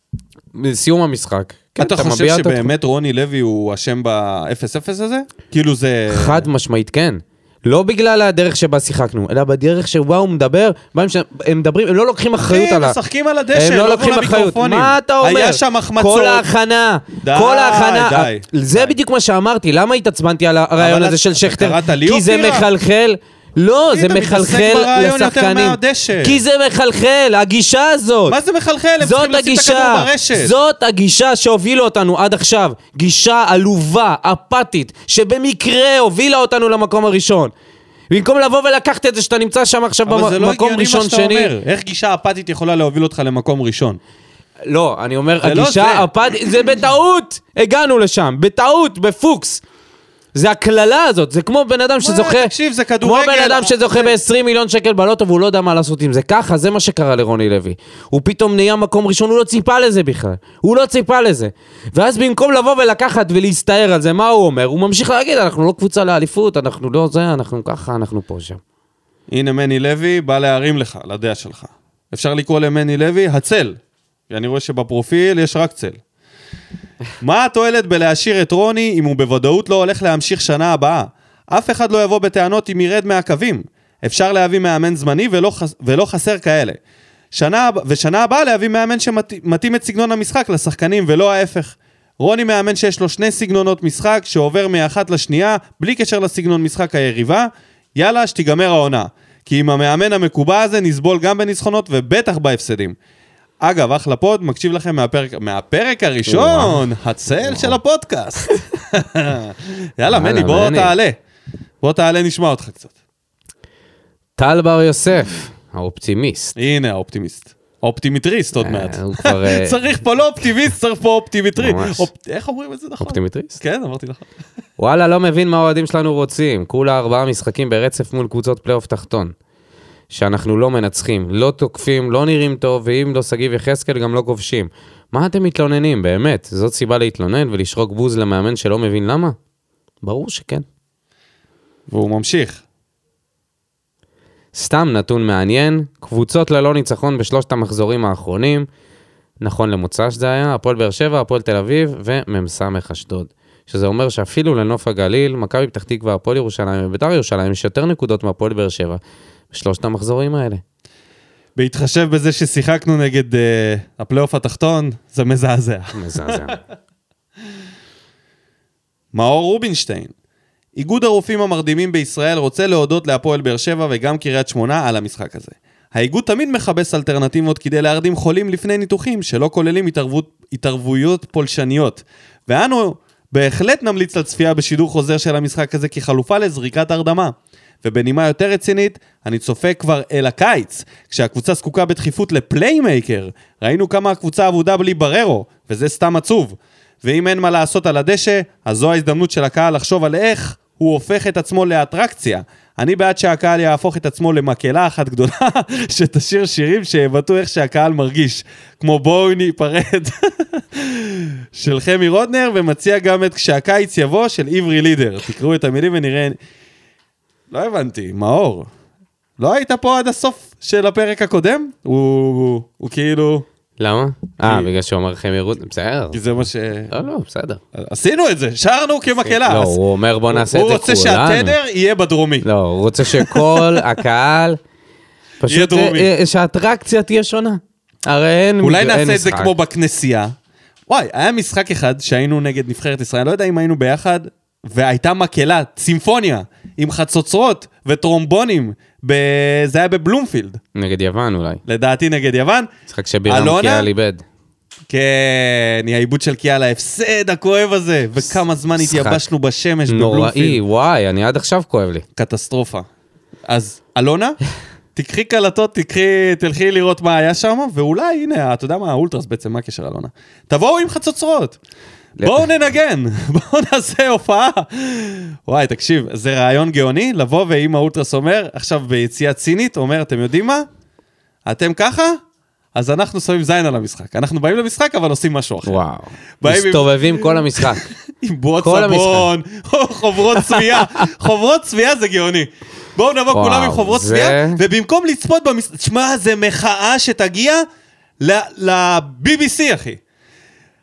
סיום המשחק. אתה חושב שבאמת רוני לוי הוא אשם ב-0-0 הזה? כאילו זה... חד משמעית, כן. לא בגלל הדרך שבה שיחקנו, אלא בדרך שבה הוא מדבר, הם מדברים, הם לא לוקחים אחריות על הם משחקים על הדשא, הם לא לוקחים אחריות. מה אתה אומר? היה שם החמצות. כל ההכנה, כל ההכנה. זה בדיוק מה שאמרתי, למה התעצבנתי על הרעיון הזה של שכטר? כי זה מחלחל. לא, זה מחלחל לשחקנים. כי זה מחלחל, הגישה הזאת. מה זה מחלחל? הם צריכים לשים את הכדור ברשת. זאת הגישה שהובילו אותנו עד עכשיו. גישה עלובה, אפתית, שבמקרה הובילה אותנו למקום הראשון. במקום לבוא ולקחת את זה שאתה נמצא שם עכשיו במקום ראשון שני. איך גישה אפתית יכולה להוביל אותך למקום ראשון? לא, אני אומר, הגישה אפתית, זה בטעות. הגענו לשם, בטעות, בפוקס. זה הכללה הזאת, זה כמו בן אדם שזוכה, תקשיב, זה כדורגל. כמו בן אדם שזוכה ב-20 מיליון שקל בלוטו, והוא לא יודע מה לעשות עם זה. ככה, זה מה שקרה לרוני לוי. הוא פתאום נהיה מקום ראשון, הוא לא ציפה לזה בכלל. הוא לא ציפה לזה. ואז במקום לבוא ולקחת ולהסתער על זה, מה הוא אומר? הוא ממשיך להגיד, אנחנו לא קבוצה לאליפות, אנחנו לא זה, אנחנו ככה, אנחנו פה שם. הנה מני לוי, בא להרים לך, לדעה שלך. אפשר לקרוא למני לוי, הצל. אני רואה שבפרופיל יש רק צל. מה התועלת בלהשאיר את רוני אם הוא בוודאות לא הולך להמשיך שנה הבאה? אף אחד לא יבוא בטענות אם ירד מהקווים. אפשר להביא מאמן זמני ולא חסר כאלה. ושנה הבאה להביא מאמן שמתאים את סגנון המשחק לשחקנים ולא ההפך. רוני מאמן שיש לו 2 סגנונות משחק שעובר מאחת לשנייה בלי קשר לסגנון משחק היריבה. יאללה, שתיגמר העונה. כי עם המאמן המקובע הזה נסבול גם בניצחונות ובטח בהפסדים. אגב, אחלה פוד, מקשיב לכם מהפרק הראשון, הצל של הפודקאסט. יאללה, מני, בוא תעלה, נשמע אותך קצת. טל בר יוסף, האופטימיסט. הנה, האופטימיסט. האופטימטריסט עוד מעט. צריך פה לא אופטימיסט, צריך פה אופטימטריסט. איך אומרים את זה נכון? אופטימטריסט? כן, אמרתי נכון. וואלה, לא מבין מה האוהדים שלנו רוצים. כולה 4 משחקים ברצף מול קבוצות פלייאוף תחתון. שאנחנו לא מנצחים, לא תוקפים, לא נראים טוב, ואם לא סגיב יחזקאל גם לא כובשים. מה אתם מתלוננים, באמת? זאת סיבה להתלונן ולשרוק בוז למאמן שלא מבין למה? ברור שכן. והוא ממשיך. סתם נתון מעניין, קבוצות ללא ניצחון בשלושת המחזורים האחרונים, נכון למוצא שזה היה, הפועל באר שבע, הפועל תל אביב ומ"ס אשדוד. שזה אומר שאפילו לנוף הגליל, מכבי פתח תקווה, הפועל ירושלים ובית"ר ירושלים, יש יותר נקודות מהפועל באר שבע. בשלושת המחזורים האלה. בהתחשב בזה ששיחקנו נגד הפלייאוף התחתון, זה מזעזע. מזעזע. מאור רובינשטיין, איגוד הרופאים המרדימים בישראל רוצה להודות להפועל באר שבע וגם קריית שמונה על המשחק הזה. האיגוד תמיד מחפש אלטרנטיבות כדי להרדים חולים לפני ניתוחים שלא כוללים התערבויות פולשניות. ואנו בהחלט נמליץ לצפייה בשידור חוזר של המשחק הזה כחלופה לזריקת הרדמה. ובנימה יותר רצינית, אני צופה כבר אל הקיץ, כשהקבוצה זקוקה בדחיפות לפליימייקר. ראינו כמה הקבוצה עבודה בלי בררו, וזה סתם עצוב. ואם אין מה לעשות על הדשא, אז זו ההזדמנות של הקהל לחשוב על איך הוא הופך את עצמו לאטרקציה. אני בעד שהקהל יהפוך את עצמו למקהלה אחת גדולה, שתשיר שירים שיבטאו איך שהקהל מרגיש. כמו בואו ניפרד של חמי רודנר, ומציע גם את כשהקיץ יבוא של עברי לידר. תקראו את המילים ונראה... לא הבנתי, מאור. לא היית פה עד הסוף של הפרק הקודם? הוא כאילו... למה? בגלל שהוא אומר חמי רודנר, בסדר. כי זה מה ש... לא, בסדר. עשינו את זה, שרנו כמקהלה. לא, הוא אומר בוא נעשה את זה כולנו. הוא רוצה שהתדר יהיה בדרומי. לא, הוא רוצה שכל הקהל... פשוט שהאטרקציה תהיה שונה. הרי אין משחק. אולי נעשה את זה כמו בכנסייה. וואי, היה משחק אחד שהיינו נגד נבחרת ישראל, לא יודע אם היינו ביחד, והייתה מקהלה, צימפוניה, עם חצוצרות וטרומבונים, זה היה בבלומפילד. נגד יוון אולי. לדעתי נגד יוון. משחק שבירם קיאל איבד. כן, העיבוד של קיאל, ההפסד הכואב הזה, וכמה זמן התייבשנו בשמש בבלומפילד. נוראי, וואי, אני עד עכשיו כואב לי. קטסטרופה. אז אלונה, תקחי קלטות, תלכי לראות מה היה שם, ואולי, הנה, אתה יודע מה, האולטרס בעצם, מה הקשר אלונה? תבואו עם חצוצרות. בואו ננגן, בואו נעשה הופעה. וואי, תקשיב, זה רעיון גאוני, לבוא ואם האולטרס אומר, עכשיו ביציאה צינית, אומר, אתם יודעים מה? אתם ככה? אז אנחנו שמים זין על המשחק. אנחנו באים למשחק, אבל עושים משהו אחר. וואו. מסתובבים כל המשחק. עם בועות סבון, או חוברות צביעה. חוברות צביעה זה גאוני. בואו נבוא כולם עם חוברות צביעה, ובמקום לצפות במשחק, תשמע, זה מחאה שתגיע ל-BBC, אחי.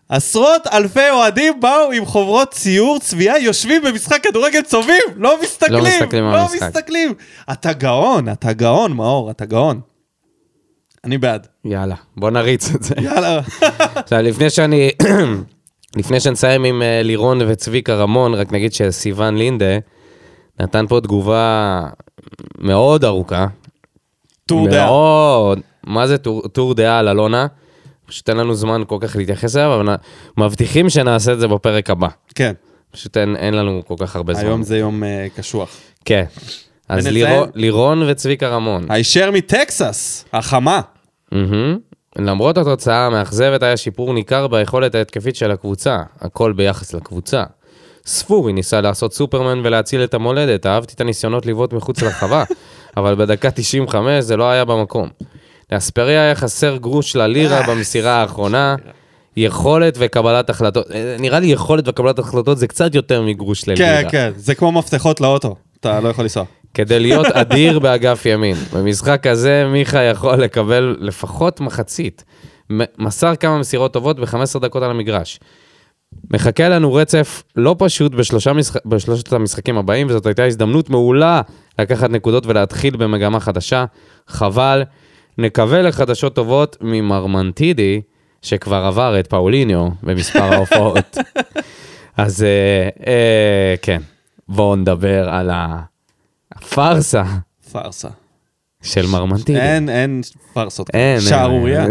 עשרות אלפי אוהדים באו עם חוברות ציור, צביעה, יושבים במשחק כדורגל צובעים, לא מסתכלים. אתה גאון, מאור, אתה גאון. אני בעד. יאללה, בוא נריץ את זה. יאללה. עכשיו, לפני שנסיים עם לירון וצביקה רמון, רק נגיד שסיוון לינדה נתן פה תגובה מאוד ארוכה. טור דעה. מה זה טור דעה על אלונה? פשוט אין לנו זמן כל כך להתייחס אליו, אבל מבטיחים שנעשה את זה בפרק הבא. כן. פשוט אין לנו כל כך הרבה זמן. היום זה יום קשוח. כן. אז לירון וצביקה רמון. הישר מטקסס, החמה. למרות התוצאה המאכזבת היה שיפור ניכר ביכולת ההתקפית של הקבוצה, הכל ביחס לקבוצה. ספורי ניסה לעשות סופרמן ולהציל את המולדת, אהבתי את הניסיונות לבעוט מחוץ לרחבה, אבל בדקה 95 זה לא היה במקום. לאספריה היה חסר גרוש ללירה במסירה האחרונה, יכולת וקבלת החלטות, נראה לי יכולת וקבלת החלטות זה קצת יותר מגרוש ללירה. כן, זה כמו מפתחות לאוטו, אתה לא יכול לנסוע. כדי להיות אדיר באגף ימין. במשחק הזה מיכה יכול לקבל לפחות מחצית. מסר כמה מסירות טובות ב-15 דקות על המגרש. מחכה לנו רצף לא פשוט בשלושת המשחקים הבאים, וזאת הייתה הזדמנות מעולה לקחת נקודות ולהתחיל במגמה חדשה. חבל, נקווה לחדשות טובות ממרמנטידי, שכבר עבר את פאוליניו במספר ההופעות. אז כן, בואו נדבר על הפרסה. פרסה. של מרמנטידי. אין פרסות. שערוריה.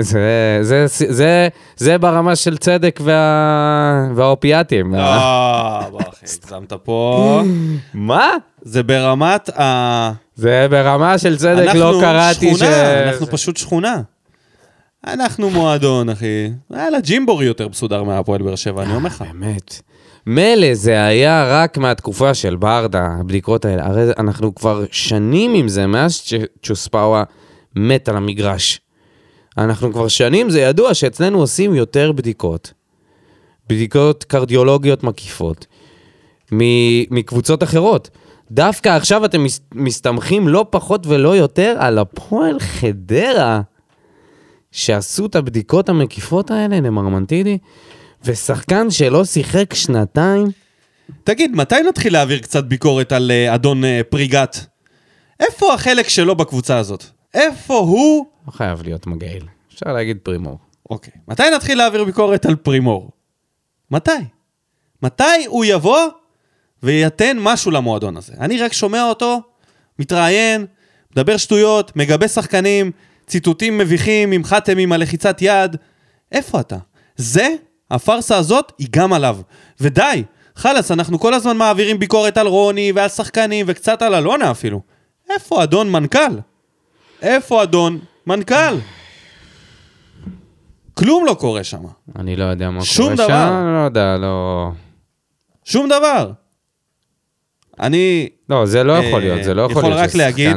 זה ברמה של צדק והאופיאטים. הגזמת פה. מה? זה ברמת זה ברמה של צדק, לא קראתי אנחנו פשוט שכונה. אנחנו מועדון, אחי. יאללה, ג'ימבורי יותר מסודר מהפועל באר שבע, אני אומר לך. באמת. מלא זה היה רק מהתקופה של ברדה, הבדיקות האלה. הרי אנחנו כבר שנים עם זה, מאז צ'וספאווה מת על המגרש. אנחנו כבר שנים, זה ידוע שאצלנו עושים יותר בדיקות. בדיקות קרדיולוגיות מקיפות. מקבוצות אחרות. דווקא עכשיו אתם מסתמכים לא פחות ולא יותר על הפועל חדרה, שעשו את הבדיקות המקיפות האלה למרמנטידי, ושחקן שלא שיחק שנתיים. תגיד, מתי נתחיל להעביר קצת ביקורת על אדון פריגת? איפה החלק שלו בקבוצה הזאת? איפה הוא? לא חייב להיות מגעיל. אפשר להגיד פרימור. אוקיי. מתי נתחיל להעביר ביקורת על פרימור? מתי? מתי הוא יבוא ויתן משהו למועדון הזה? אני רק שומע אותו, מתראיין, מדבר שטויות, מגבה שחקנים, ציטוטים מביכים עם חתם עם הלחיצת יד. איפה אתה? זה, הפרסה הזאת, היא גם עליו. ודי, חלס, אנחנו כל הזמן מעבירים ביקורת על רוני ועל שחקנים וקצת על אלונה אפילו. איפה אדון מנכ"ל? איפה אדון מנכ"ל? כלום לא קורה שם. אני לא יודע מה שום קורה דבר. שם, לא יודע, לא... שום דבר. אני... לא, זה לא יכול להיות, זה לא יכול להיות. יכול רק להגיד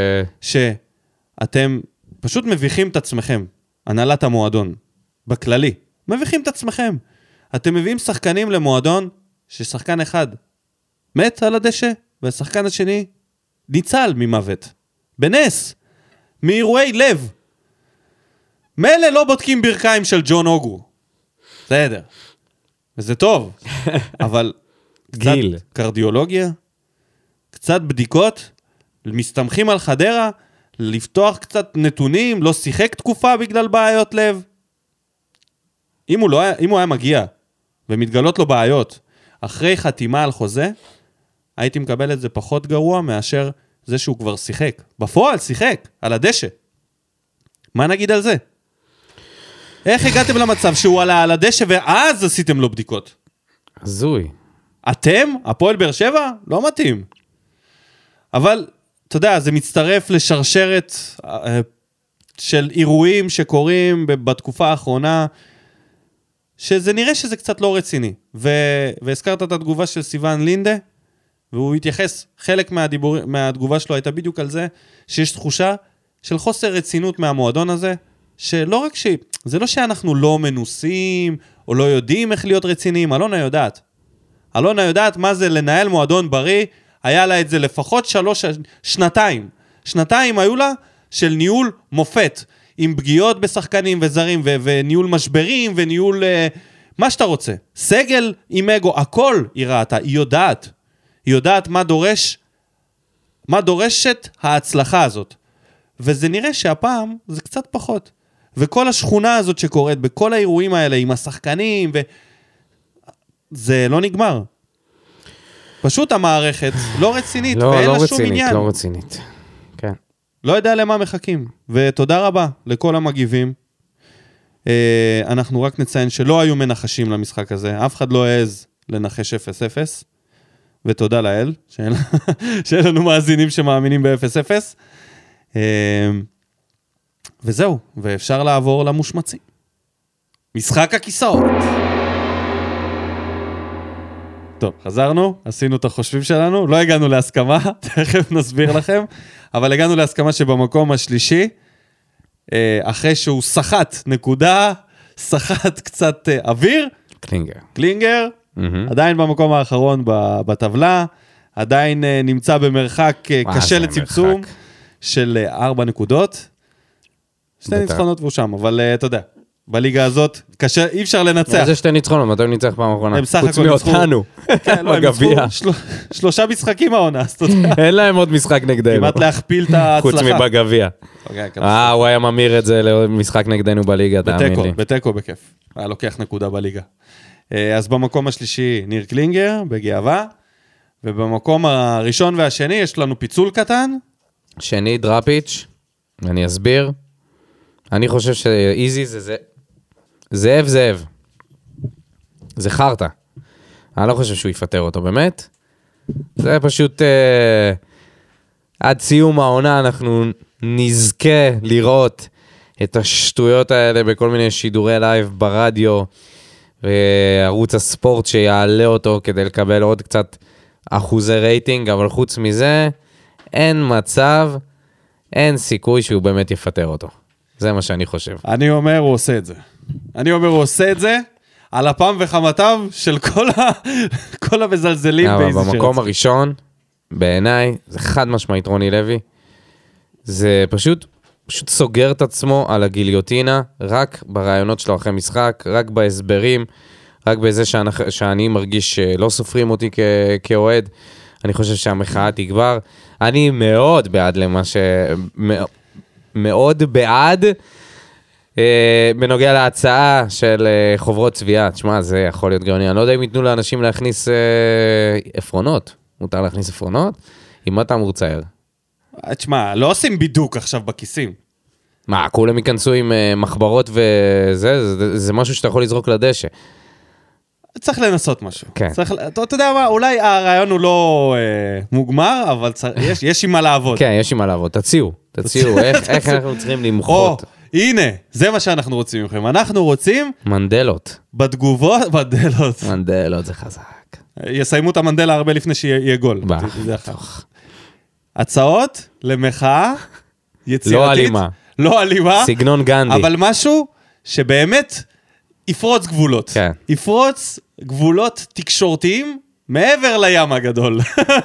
שאתם פשוט מביכים את עצמכם, הנהלת המועדון, בכללי. מביכים את עצמכם. אתם מביאים שחקנים למועדון ששחקן אחד מת על הדשא, והשחקן השני ניצל ממוות. בנס. מאירועי לב. מלא לא בודקים ברכיים של ג'ון אוגו. בסדר. וזה טוב. אבל קצת קרדיולוגיה, קצת בדיקות, מסתמכים על חדרה, לפתוח קצת נתונים, לא שיחק תקופה בגלל בעיות לב. אם הוא היה מגיע ומתגלות לו בעיות אחרי חתימה על חוזה, הייתי מקבל את זה פחות גרוע מאשר זה שהוא כבר שיחק. בפועל שיחק, על הדשא. מה נגיד על זה? איך הגעתם למצב שהוא עלה על הדשא ואז עשיתם לו בדיקות? הזוי. אתם? הפועל באר שבע? לא מתאים. אבל, אתה יודע, זה מצטרף לשרשרת של אירועים שקורים בתקופה האחרונה, שזה נראה שזה קצת לא רציני. והזכרת את התגובה של סיוון לינדה, והוא התייחס, חלק מהתגובה שלו הייתה בדיוק על זה, שיש תחושה של חוסר רצינות מהמועדון הזה, שלא רק זה לא שאנחנו לא מנוסים, או לא יודעים איך להיות רציניים, אלונה יודעת. אלונה יודעת מה זה לנהל מועדון בריא, היה לה את זה לפחות שנתיים. שנתיים היו לה של ניהול מופת, עם פגיעות בשחקנים וזרים, וניהול משברים, וניהול מה שאתה רוצה. סגל עם אגו, הכל היא ראתה, היא יודעת מה דורשת ההצלחה הזאת. וזה נראה שהפעם זה קצת פחות. וכל השכונה הזאת שקורית, בכל האירועים האלה, עם השחקנים, זה לא נגמר. פשוט המערכת לא רצינית, ואין לה שום עניין. לא רצינית, כן. לא יודע למה מחכים. ותודה רבה לכל המגיבים. אנחנו רק נציין שלא היו מנחשים למשחק הזה. אף אחד לא העז לנחש 0-0. ותודה לאל, שאין לנו מאזינים שמאמינים ב-0-0. וזהו, ואפשר לעבור למושמצים. משחק הכיסאות. טוב, חזרנו, עשינו את החושבים שלנו, לא הגענו להסכמה, תכף נסביר לכם, אבל הגענו להסכמה שבמקום השלישי, אחרי שהוא סחט קצת אוויר, קלינגר, עדיין במקום האחרון בטבלה, עדיין נמצא במרחק קשה לצמצום של 4 נקודות, 2 ניצחונות והוא שם, אבל אתה יודע, בליגה הזאת קשה, אי אפשר לנצח. איזה 2 ניצחונות, מתי ניצח פעם האחרונה? חוץ מאותנו. כן, לא, הם ניצחו 3 משחקים העונה, אז אתה יודע. אין להם עוד משחק נגדנו. כמעט להכפיל את ההצלחה. חוץ מבגביע. הוא היה ממיר את זה למשחק נגדנו בליגה, תאמין לי. בתיקו בכיף. היה לוקח נקודה בליגה. אז במקום השלישי ניר קלינגר, בגאווה, ובמקום הראשון והשני יש לנו פיצול קטן. שני דראפיץ', אני אסביר. אני חושב שאיזי זה זאב. זה חרטה. אני לא חושב שהוא יפטר אותו, באמת. זה פשוט עד סיום העונה אנחנו נזכה לראות את השטויות האלה בכל מיני שידורי לייב ברדיו, וערוץ הספורט שיעלה אותו כדי לקבל עוד קצת אחוזי רייטינג, אבל חוץ מזה, אין מצב, אין סיכוי שהוא באמת יפטר אותו. זה מה שאני חושב. אני אומר, הוא עושה את זה על אפם וחמתיו של כל המזלזלים. אבל במקום הראשון, בעיניי, זה חד משמעית רוני לוי, זה פשוט סוגר את עצמו על הגיליוטינה, רק ברעיונות שלו אחרי משחק, רק בהסברים, רק בזה שאני מרגיש שלא סופרים אותי כאוהד. אני חושב שהמחאה תגבר. אני מאוד בעד מאוד בעד בנוגע להצעה של חוברות צביעה. תשמע, זה יכול להיות גאוני. אני לא יודע אם ייתנו לאנשים להכניס אפרונות. מותר להכניס אפרונות? אם אתה אמור צייר. תשמע, לא עושים בידוק עכשיו בכיסים. מה, כולם ייכנסו עם מחברות וזה? זה משהו שאתה יכול לזרוק לדשא. צריך לנסות משהו. כן. אתה יודע מה, אולי הרעיון הוא לא מוגמר, אבל יש עם מה לעבוד. כן, יש עם מה לעבוד. תציעו. איך אנחנו צריכים למחות? הנה, זה מה שאנחנו רוצים מכם. אנחנו רוצים... מנדלות. בתגובות, מנדלות זה חזק. יסיימו את המנדלה הרבה לפני שיהיה גול. בטח. הצעות למחאה יצירתית. לא אלימה. סגנון גנדי. אבל משהו שבאמת יפרוץ גבולות. כן. יפרוץ גבולות תקשורתיים מעבר לים הגדול.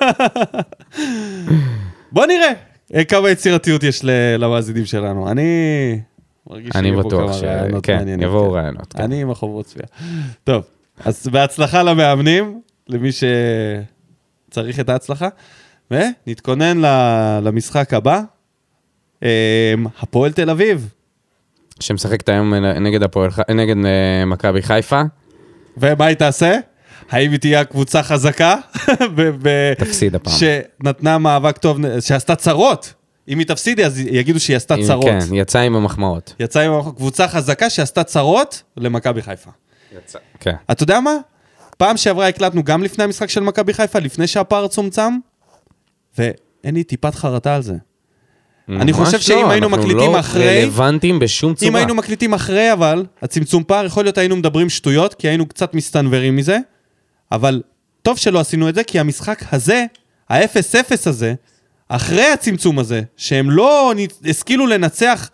בוא נראה כמה יצירתיות יש למאזינים שלנו. אני מרגיש שיהיו פה כמה רעיונות מעניינים. יבואו רעיונות. אני עם החוברות צביעה. טוב, אז בהצלחה למאמנים, למי שצריך את ההצלחה, ונתכונן למשחק הבא, הפועל תל אביב. שמשחקת היום נגד מכבי חיפה. ומה היא תעשה? האם היא תהיה קבוצה חזקה? תפסיד הפעם. שנתנה מאבק טוב, שעשתה צרות. אם היא תפסיד, אז יגידו שהיא עשתה צרות. כן, יצאה עם המחמאות. קבוצה חזקה שעשתה צרות למכבי חיפה. כן. אתה יודע מה? פעם שעברה הקלטנו גם לפני המשחק של מכבי חיפה, לפני שהפער צומצם, ואין לי טיפת חרטה על זה. אני חושב שאם היינו מקליטים אחרי... אנחנו לא רלוונטיים בשום צורה. אם היינו מקליטים אחרי, אבל, הצמצום פער, יכול להיות היינו מדברים שטויות, כי היינו קצת מסתנברים מזה, אבל טוב שלא עשינו את זה, כי המשחק הזה, ה-0-0 הזה, אחרי הצמצום הזה, שהם לא השכילו לנצח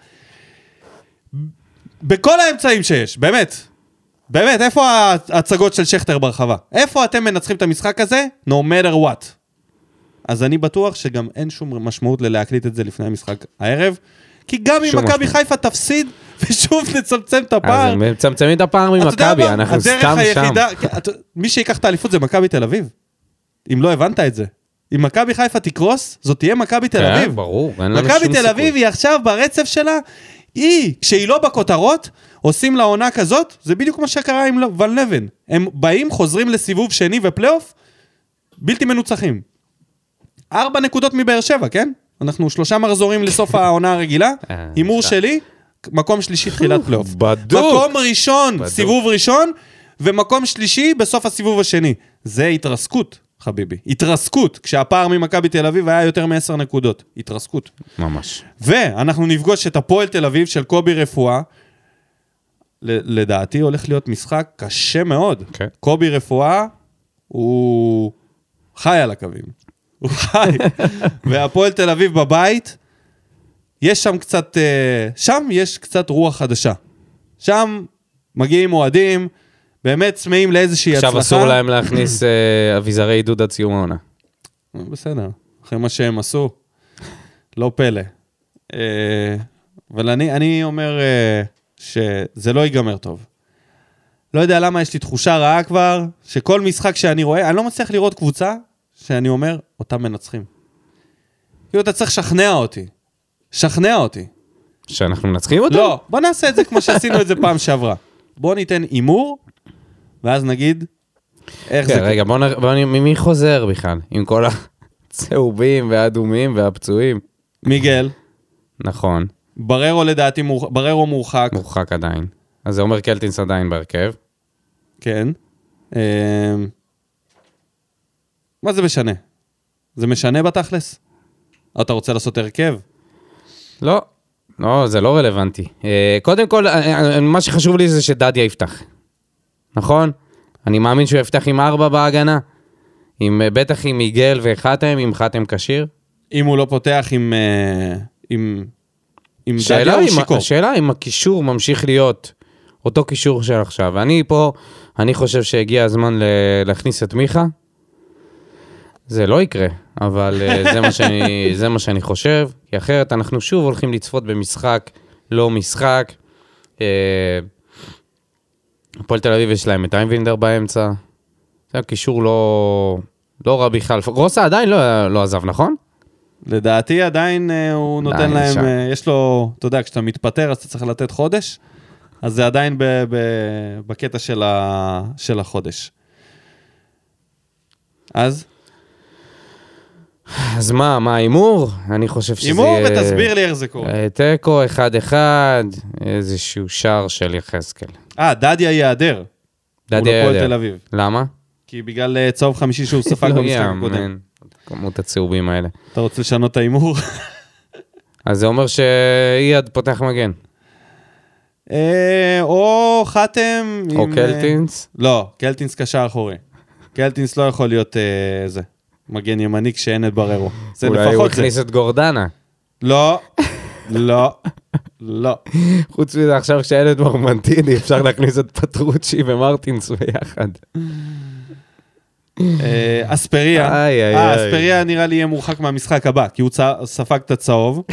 בכל האמצעים שיש, באמת. באמת, איפה ההצגות של שכטר ברחבה? איפה אתם מנצחים את המשחק הזה? No matter what. אז אני בטוח שגם אין שום משמעות ללהקליט את זה לפני המשחק הערב, כי גם אם מכבי חיפה תפסיד, ושוב נצמצם את הפער. אז הם מצמצמים את הפער ממכבי, אנחנו סתם שם. מי שיקח את האליפות זה מכבי תל אביב. אם לא הבנת את זה. אם מכבי חיפה תקרוס, זאת תהיה מכבי תל אביב. כן, ברור, אין לנו שום סיכוי. מכבי תל אביב היא עכשיו ברצף שלה, כשהיא לא בכותרות, עושים לה עונה כזאת, זה בדיוק מה שקרה עם ולנבן. הם באים, חוזרים לסיבוב שני ופלייאוף, בלתי מנוצחים. 4 נקודות מבאר שבע, כן? אנחנו 3 מחזורים לסוף העונה הרגילה, הימור שלי, מקום שלישי תחילת פלייאוף. מקום ראשון, סיבוב ראשון, ומקום שלישי בסוף הסיבוב השני. זה התרסקות, חביבי. התרסקות, כשהפער ממכבי תל אביב היה יותר מ10 נקודות. התרסקות. ממש. ואנחנו נפגוש את הפועל תל אביב של קובי רפואה, לדעתי הולך להיות משחק קשה מאוד. קובי רפואה, הוא חי על הקווים. הוא חי. והפועל תל אביב בבית, יש שם יש קצת רוח חדשה. שם מגיעים אוהדים, באמת צמאים לאיזושהי הצלחה. עכשיו אסור להם להכניס אביזרי עידוד עד סיום העונה. בסדר, אחרי מה שהם עשו, לא פלא. אבל אני אומר שזה לא ייגמר טוב. לא יודע למה יש לי תחושה רעה כבר, שכל משחק שאני רואה, אני לא מצליח לראות קבוצה, שאני אומר, אותם מנצחים. כאילו אתה צריך שכנע אותי. שאנחנו מנצחים אותם? לא, בוא נעשה את זה כמו שעשינו את זה פעם שעברה. בוא ניתן אימור, ואז נגיד, איך זה... רגע, מי חוזר בכלל? עם כל הצהובים והאדומים והפצועים? מיגל. נכון. בררו לדעתי, בררו מורחק. מורחק עדיין. אז זה אומר קלטינס עדיין בהרכב. כן. מה זה משנה? זה משנה בתכלס? או אתה רוצה לעשות הרכב? לא, זה לא רלוונטי. קודם כל, מה שחשוב לי זה שדדיה יפתח. נכון? אני מאמין שהוא יפתח עם 4 בהגנה. בטח עם מיגל וחתם, עם חתם קשיר. אם הוא לא פותח עם דדיה או שיקור? השאלה אם הקישור ממשיך להיות אותו קישור של עכשיו. אני חושב שהגיע הזמן להכניס את מיכה. זה לא יקרה, אבל זה מה שאני חושב, כי אחרת אנחנו שוב הולכים לצפות במשחק, לא משחק. הפועל תל אביב יש להם את אייבינדר באמצע, זה הקישור לא רע בכלל. רוסה עדיין לא עזב, נכון? לדעתי עדיין הוא נותן להם, יש לו, אתה יודע, כשאתה מתפטר אז אתה צריך לתת חודש, אז זה עדיין בקטע של החודש. אז מה, אימור? אני חושב שזה... אימור ותסביר לי איך זה קורה. טקו, 1-1, איזשהו שער של יחזקאל. דדיה ייעדר. דדיה ייעדר. למה? כי בגלל צהוב חמישי שהוא ספק במשחק הקודם. כמות הצהובים האלה. אתה רוצה לשנות את האימור? אז זה אומר שאייד פותח מגן. או חתם... או קלטינס? לא, קלטינס קשר אחורי. קלטינס לא יכול להיות זה. מגן ימני כשאין את בררו. אולי הוא הכניס את גורדנה. לא. חוץ מזה עכשיו כשאין את מרמנטיני, אפשר להכניס את פטרוצ'י ומרטינס ביחד. אספריה. אספריה נראה לי יהיה מורחק מהמשחק הבא, כי הוא ספק את הצהוב.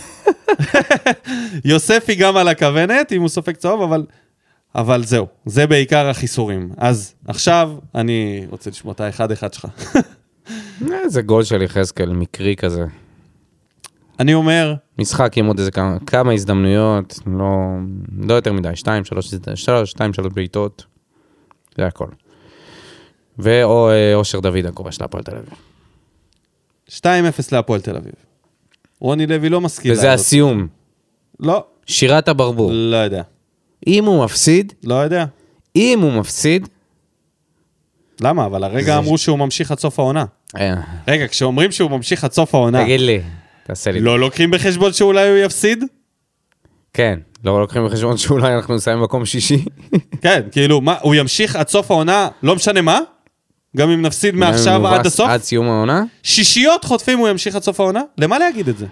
יוספי גם על הכוונת, אם הוא ספק צהוב, אבל זהו. זה בעיקר החיסורים. אז עכשיו אני רוצה לשמוע את ה-1-1 שלך. זה גול של יחזקאל, מקרי כזה. אני אומר... משחק עם עוד איזה כמה הזדמנויות, לא יותר מדי, 2-3 בעיטות, זה הכל. ואו אושר דוד הכובש להפועל תל אביב. 2-0 להפועל תל אביב. רוני לוי לא מסכים. וזה הסיום. לא. שירת הברבור. לא יודע. אם הוא מפסיד... לא יודע. אם הוא מפסיד... למה? אבל הרגע אמרו שהוא ממשיך עד סוף העונה. רגע, כשאומרים שהוא ממשיך עד סוף העונה... תגיד לי, תעשה לי. לא לוקחים בחשבון שאולי הוא יפסיד? כן, לא לוקחים בחשבון שאולי אנחנו נסיים מקום שישי. כן, כאילו, מה, הוא ימשיך עד סוף העונה, לא משנה מה? גם אם נפסיד מעכשיו עד הסוף? עד סיום העונה? שישיות חוטפים הוא ימשיך עד סוף העונה? למה להגיד את זה?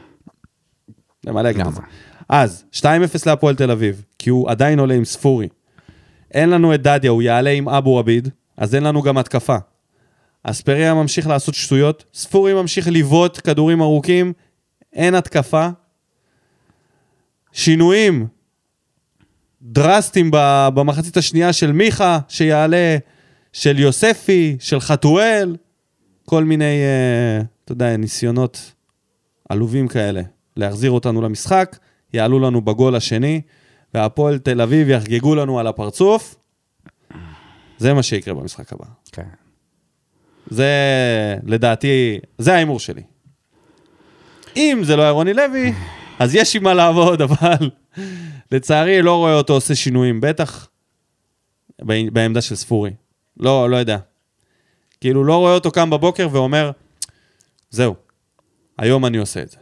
אז, 2-0 להפועל תל אביב, כי הוא עדיין עולה עם ספורי. אין לנו את דדיה, הוא יעלה עם אבו עביד, אז אין לנו גם התקפה. אספריה ממשיך לעשות שטויות, ספורי ממשיך לבעוט כדורים ארוכים, אין התקפה. שינויים דרסטיים במחצית השנייה של מיכה, שיעלה, של יוספי, של חתואל, כל מיני, אתה יודע, ניסיונות עלובים כאלה, להחזיר אותנו למשחק, יעלו לנו בגול השני, והפועל תל אביב יחגגו לנו על הפרצוף, זה מה שיקרה במשחק הבא. כן. זה, לדעתי, זה האימור שלי. אם זה לא היה רוני לוי, אז יש עם מה לעבוד, אבל לצערי לא רואה אותו עושה שינויים, בטח בעמדה של ספורי. לא יודע. כאילו לא רואה אותו קם בבוקר ואומר, זהו, היום אני עושה את זה.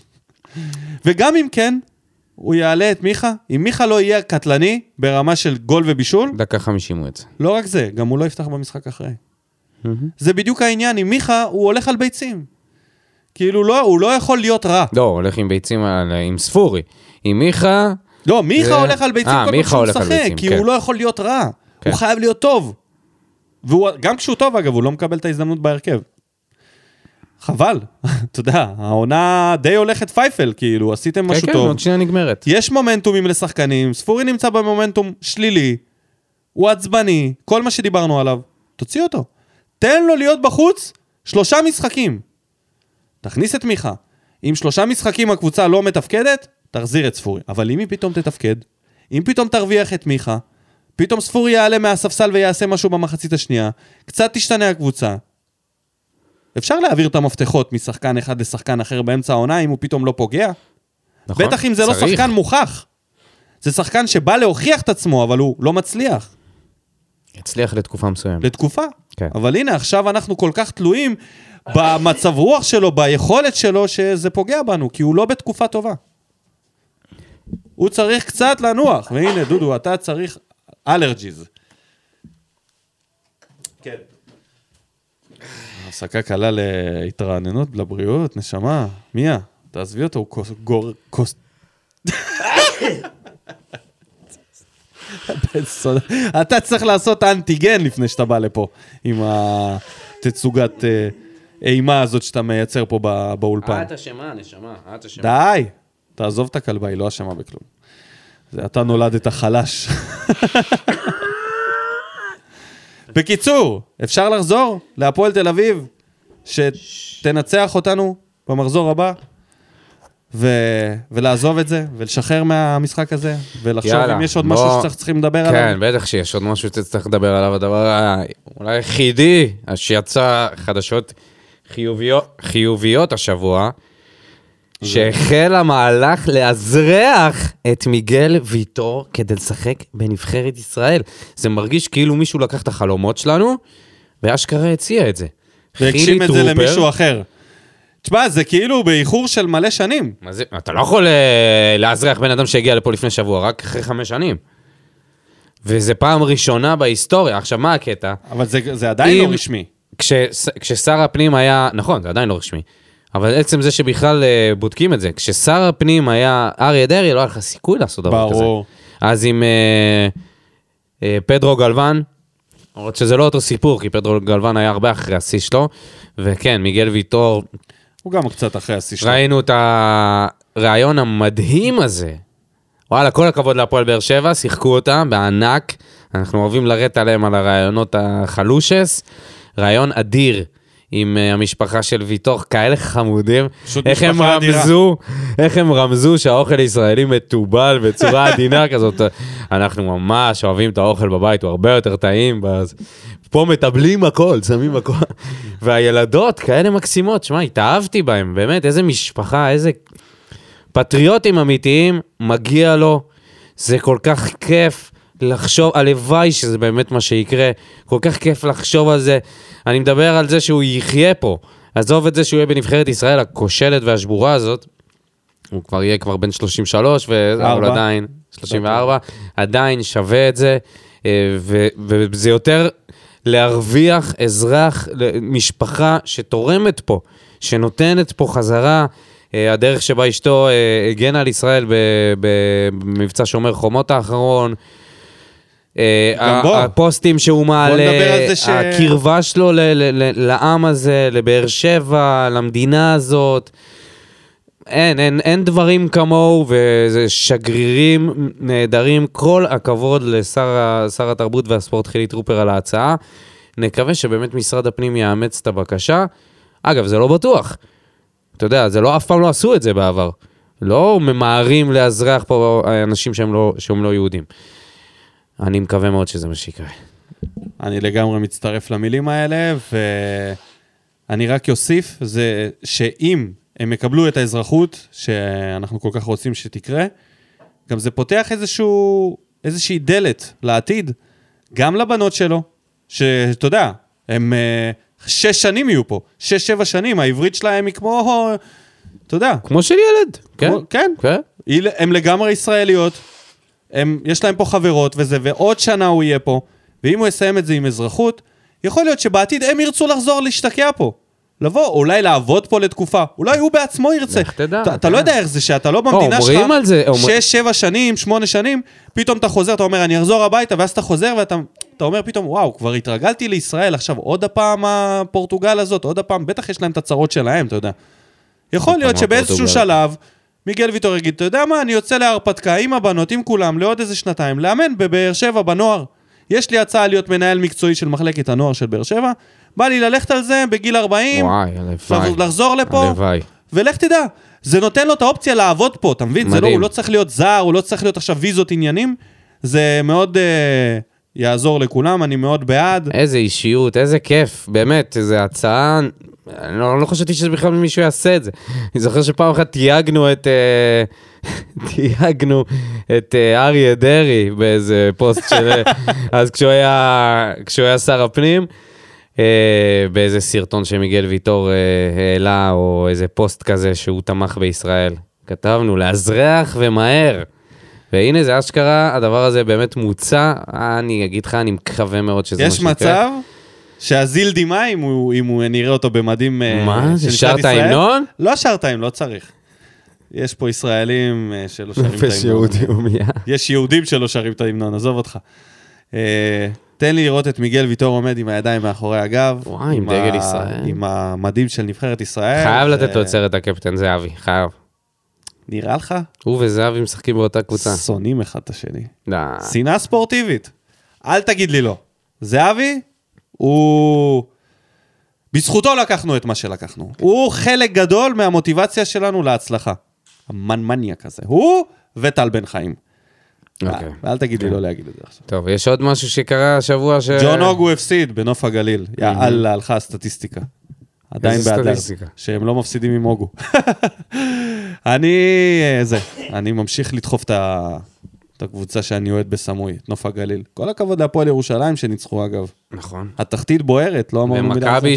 וגם אם כן, הוא יעלה את מיכה, אם מיכה לא יהיה קטלני ברמה של גול ובישול, דקה 50 הוא את זה. לא רק זה, גם הוא לא יפתח במשחק אחרי. זה בדיוק העניין, עם מיכה הוא הולך על ביצים. כאילו לא, הוא לא יכול להיות רע. לא, הוא הולך עם ביצים, עם ספורי. עם מיכה... לא, מיכה הולך על ביצים כל כך שהוא משחק, כי הוא לא יכול להיות רע. הוא חייב להיות טוב. וגם כשהוא טוב, אגב, הוא לא מקבל את ההזדמנות בהרכב. חבל, אתה יודע, העונה די הולכת פייפל, כאילו, עשיתם משהו טוב. כן, עוד שנייה נגמרת. יש מומנטומים לשחקנים, ספורי נמצא במומנטום שלילי, הוא עצבני, כל מה שדיברנו עליו, תוציא אותו. תן לו להיות בחוץ 3 משחקים. תכניס את מיכה. אם 3 משחקים הקבוצה לא מתפקדת, תחזיר את ספורי. אבל אם היא פתאום תתפקד, אם פתאום תרוויח את מיכה, פתאום ספורי יעלה מהספסל ויעשה משהו במחצית השנייה, קצת תשתנה הקבוצה. אפשר להעביר את המפתחות משחקן אחד לשחקן אחר באמצע העונה, אם הוא פתאום לא פוגע. נכון, בטח אם זה צריך. לא שחקן מוכח. זה שחקן שבא להוכיח את עצמו, אבל הוא לא מצליח. יצליח לתקופה מסוימת. לתקופה. כן. אבל הנה, עכשיו אנחנו כל כך תלויים במצב רוח שלו, ביכולת שלו, שזה פוגע בנו, כי הוא לא בתקופה טובה. הוא צריך קצת לנוח, והנה, דודו, אתה צריך אלרג'יז. כן. הפסקה קלה להתרעננות, לבריאות, נשמה. מיה, תעזבי אותו, הוא כוס... אתה צריך לעשות אנטיגן לפני שאתה בא לפה, עם התצוגת אימה הזאת שאתה מייצר פה באולפן. את אשמה, נשמה, את אשמה. די, תעזוב את הכלבה, היא לא אשמה בכלום. אתה נולדת חלש. בקיצור, אפשר לחזור להפועל תל אביב, שתנצח אותנו במחזור הבא, ולעזוב את זה, ולשחרר מהמשחק הזה, ולחשוב אם יש עוד משהו שצריכים לדבר עליו. כן, בטח שיש עוד משהו שצריך לדבר עליו, הדבר אולי היחידי, שיצא חדשות חיוביות השבוע, שהחל המהלך להזרח את מיגל ויטור כדי לשחק בנבחרת ישראל. זה מרגיש כאילו מישהו לקח את החלומות שלנו, ואשכרה הציע את זה. והגשים את זה למישהו אחר. תשמע, זה כאילו באיחור של מלא שנים. מה זה? אתה לא יכול להזרח בן אדם שהגיע לפה לפני שבוע, רק אחרי 5 שנים. וזה פעם ראשונה בהיסטוריה. עכשיו, מה הקטע? אבל זה עדיין לא רשמי. כששר הפנים היה, נכון, זה עדיין לא רשמי. אבל עצם זה שבכלל בודקים את זה, כששר הפנים היה אריה דרעי, לא היה לך סיכוי לעשות דבר כזה. ברור. אז עם פדרו גלוון, למרות שזה לא אותו סיפור, כי פדרו גלוון היה הרבה אחרי השיא שלו, וכן, מיגל ויטור... הוא גם קצת אחרי השיא שלו. ראינו את הרעיון המדהים הזה. וואלה, כל הכבוד להפועל באר שבע, שיחקו אותה בענק, אנחנו אוהבים לרדת עליהם על הרעיונות החלושס, רעיון אדיר. עם המשפחה של ויטור, כאלה חמודים, איך הם רמזו שהאוכל הישראלי מטובל בצורה עדינה כזאת, אנחנו ממש אוהבים את האוכל בבית, הוא הרבה יותר טעים, פה מטבלים הכל, שמים הכל, והילדות כאלה מקסימות, שמע, התאהבתי בהם, באמת, איזה משפחה, איזה פטריוטים אמיתיים, מגיע לו, זה כל כך כיף, לחשוב, הלוואי שזה באמת מה שיקרה, כל כך כיף לחשוב על זה, אני מדבר על זה שהוא יחיה פה, עזוב את זה שהוא יהיה בנבחרת ישראל, הכושלת והשבורה הזאת, הוא כבר יהיה כבר בין 33, אבל עדיין, 34, עדיין שווה את זה, וזה יותר להרוויח אזרח, משפחה שתורמת פה, שנותנת פה חזרה, הדרך שבה אשתו הגנה על ישראל במבצע שומר חומות האחרון, הפוסטים שהוא מעלה, הקרבה שלו לעם הזה, לבאר שבע, למדינה הזאת, אין דברים כמוהו, וזה שגרירים נהדרים, כל הכבוד לשר התרבות והספורט חילי טרופר על ההצעה, נקווה שבאמת משרד הפנים יאמץ את הבקשה, אגב, זה לא בטוח, אתה יודע, זה לא, אף פעם לא עשו את זה בעבר, לא ממהרים להזרח פה אנשים שהם לא יהודים, אני מקווה מאוד שזה מה שיקרה. אני לגמרי מצטרף למילים האלה, ואני רק יוסיף, זה שאם הם יקבלו את האזרחות, שאנחנו כל כך רוצים שתקרה, גם זה פותח איזושהי דלת לעתיד, גם לבנות שלו, שאתה יודע, הם 6 שנים יהיו פה, 6-7 שנים, העברית שלהם היא כמו, אתה יודע. כמו של ילד, כן. כן, הם לגמרי ישראליות, יש להם פה חברות וזה, ועוד שנה הוא יהיה פה, ואם הוא יסיים את זה עם אזרחות, יכול להיות שבעתיד הם ירצו לחזור להשתקע פה. לבוא, אולי לעבוד פה לתקופה, אולי הוא בעצמו ירצה. אתה לא יודע איך זה שאתה לא במדינה שלך 6-7 שנים, 8 שנים, פתאום אתה חוזר, אתה אומר, אני אחזור הביתה, ואז אתה חוזר ואתה אומר פתאום, וואו, כבר התרגלתי לישראל, עכשיו עוד הפעם הפורטוגל הזאת, עוד הפעם, בטח יש להם את הצרות שלהם, אתה יודע. יכול להיות שבאיזשהו שלב, מיגל ויטור יגיד, אתה יודע מה, אני יוצא להרפתקה עם הבנות, עם כולם, לעוד איזה שנתיים, לאמן בבאר שבע בנוער. יש לי הצעה להיות מנהל מקצועי של מחלקת הנוער של באר שבע, בא לי ללכת על זה בגיל 40, לחזור לפה, ולך תדע, זה נותן לו את האופציה לעבוד פה, אתה מבין? הוא לא צריך להיות זר, הוא לא צריך להיות עכשיו ויזות עניינים, זה מאוד יעזור לכולם, אני מאוד בעד. איזה אישיות, איזה כיף, באמת, איזו הצעה, אני לא חשבתי שבכלל מישהו יעשה את זה. אני זוכר שפעם אחת תייגנו את אריה דרי באיזה פוסט של, אז כשהוא היה שר הפנים, באיזה סרטון שמיגל ויטור העלה, או איזה פוסט כזה שהוא תמך בישראל. כתבנו, להזרח ומהר. והנה זה אשכרה, הדבר הזה באמת מוצא, אני אגיד לך, אני מקווה מאוד שזה מה שיקרה. יש מצב שהזיל דימה, אם הוא נראה אותו במדים מה? זה שרת ההמנון? לא שרת ההמנון, לא צריך. יש פה ישראלים שלא שרים את ההמנון. יש יהודים שלא שרים את ההמנון, עזוב אותך. תן לי לראות את מיגל ויטור עומד עם הידיים מאחורי הגב. וואי, עם דגל ישראל. עם המדים של נבחרת ישראל. חייב לתת לו את סרט הקפטן זהבי, חייב. נראה לך? הוא וזהבי משחקים באותה קבוצה. שונאים אחד את השני. שנאה ספורטיבית. אל תגיד לי לא. זהבי, בזכותו לקחנו את מה שלקחנו. הוא חלק גדול מהמוטיבציה שלנו להצלחה. המנמניה כזה. הוא וטל בן חיים. ואל תגיד לי לא להגיד את זה עכשיו. טוב, יש עוד משהו שקרה השבוע ג'ון אוגו הפסיד בנוף הגליל. יאללה, הלכה הסטטיסטיקה. עדיין בעד שהם לא מפסידים עם אוגו. אני ממשיך לדחוף את הקבוצה שאני אוהד בסמוי, את נוף הגליל. כל הכבוד להפועל ירושלים שניצחו אגב. נכון. התחתית בוערת, לא אמרנו מילה. ומכבי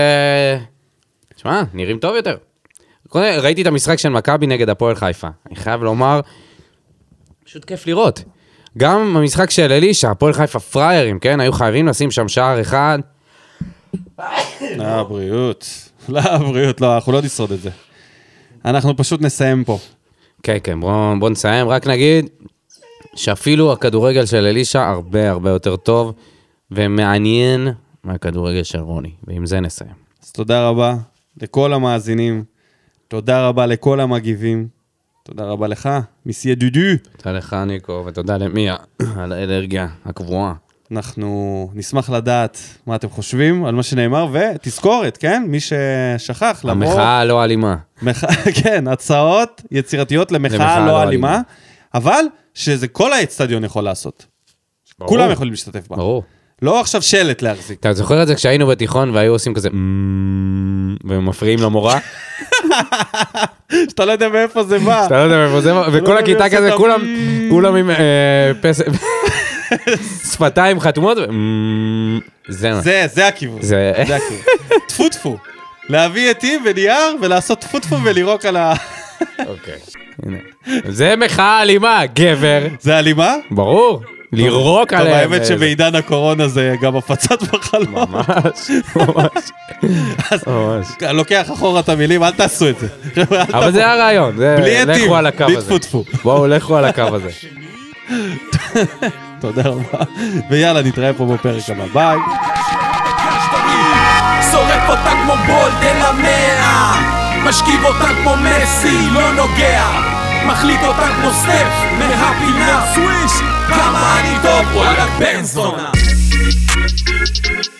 תשמע, נראים טוב יותר. ראיתי את המשחק של מכבי נגד הפועל חיפה. אני חייב לומר, פשוט כיף לראות. גם במשחק של אלישה, הפועל חיפה פריירים, כן? היו חייבים לשים שם שער אחד. לבריאות, לא, אנחנו לא נשרוד את זה. אנחנו פשוט נסיים פה. כן, בוא נסיים, רק נגיד שאפילו הכדורגל של אלישה הרבה הרבה יותר טוב ומעניין מהכדורגל של רוני, ועם זה נסיים. אז תודה רבה לכל המאזינים, תודה רבה לכל המגיבים, תודה רבה לך, מסיה דודו. תודה לך ניקו, ותודה למיה על האלרגיה הקבועה. אנחנו נשמח לדעת מה אתם חושבים על מה שנאמר, ותזכורת, כן? מי ששכח לבוא... המחאה לא אלימה. כן, הצעות יצירתיות למחאה לא אלימה, אבל שזה כל האצטדיון יכול לעשות. כולם יכולים להשתתף בה. ברור. לא עכשיו שלט להחזיק. אתה זוכר את זה כשהיינו בתיכון והיו עושים כזה ומפריעים למורה? שאתה לא יודע מאיפה זה בא. וכל הכיתה כזה, כולם עם שפתיים חתומות, זה הכיוון. טפו טפו. להביא עטי ונייר ולעשות טפו טפו ולירוק על ה... אוקיי, הנה. זה מחאה אלימה, גבר. זה אלימה? ברור. לירוק עליהם. טוב, האמת שבעידן הקורונה זה גם הפצת בחלום. ממש. לוקח אחורה את המילים, אל תעשו את זה. אבל זה הרעיון. בלי עטים, בלי טפו טפו. בואו, לכו על הקו הזה. תודה רבה. ויאללה, נתראה פה בפרק הבא. ביי. שורף אותה כמו בולדן המאה משכיב אותן כמו מסי, לא נוגע, מחליט אותן כמו סטף מהפינה, סוויש, כמה אני טוב, וואלה בן זונה.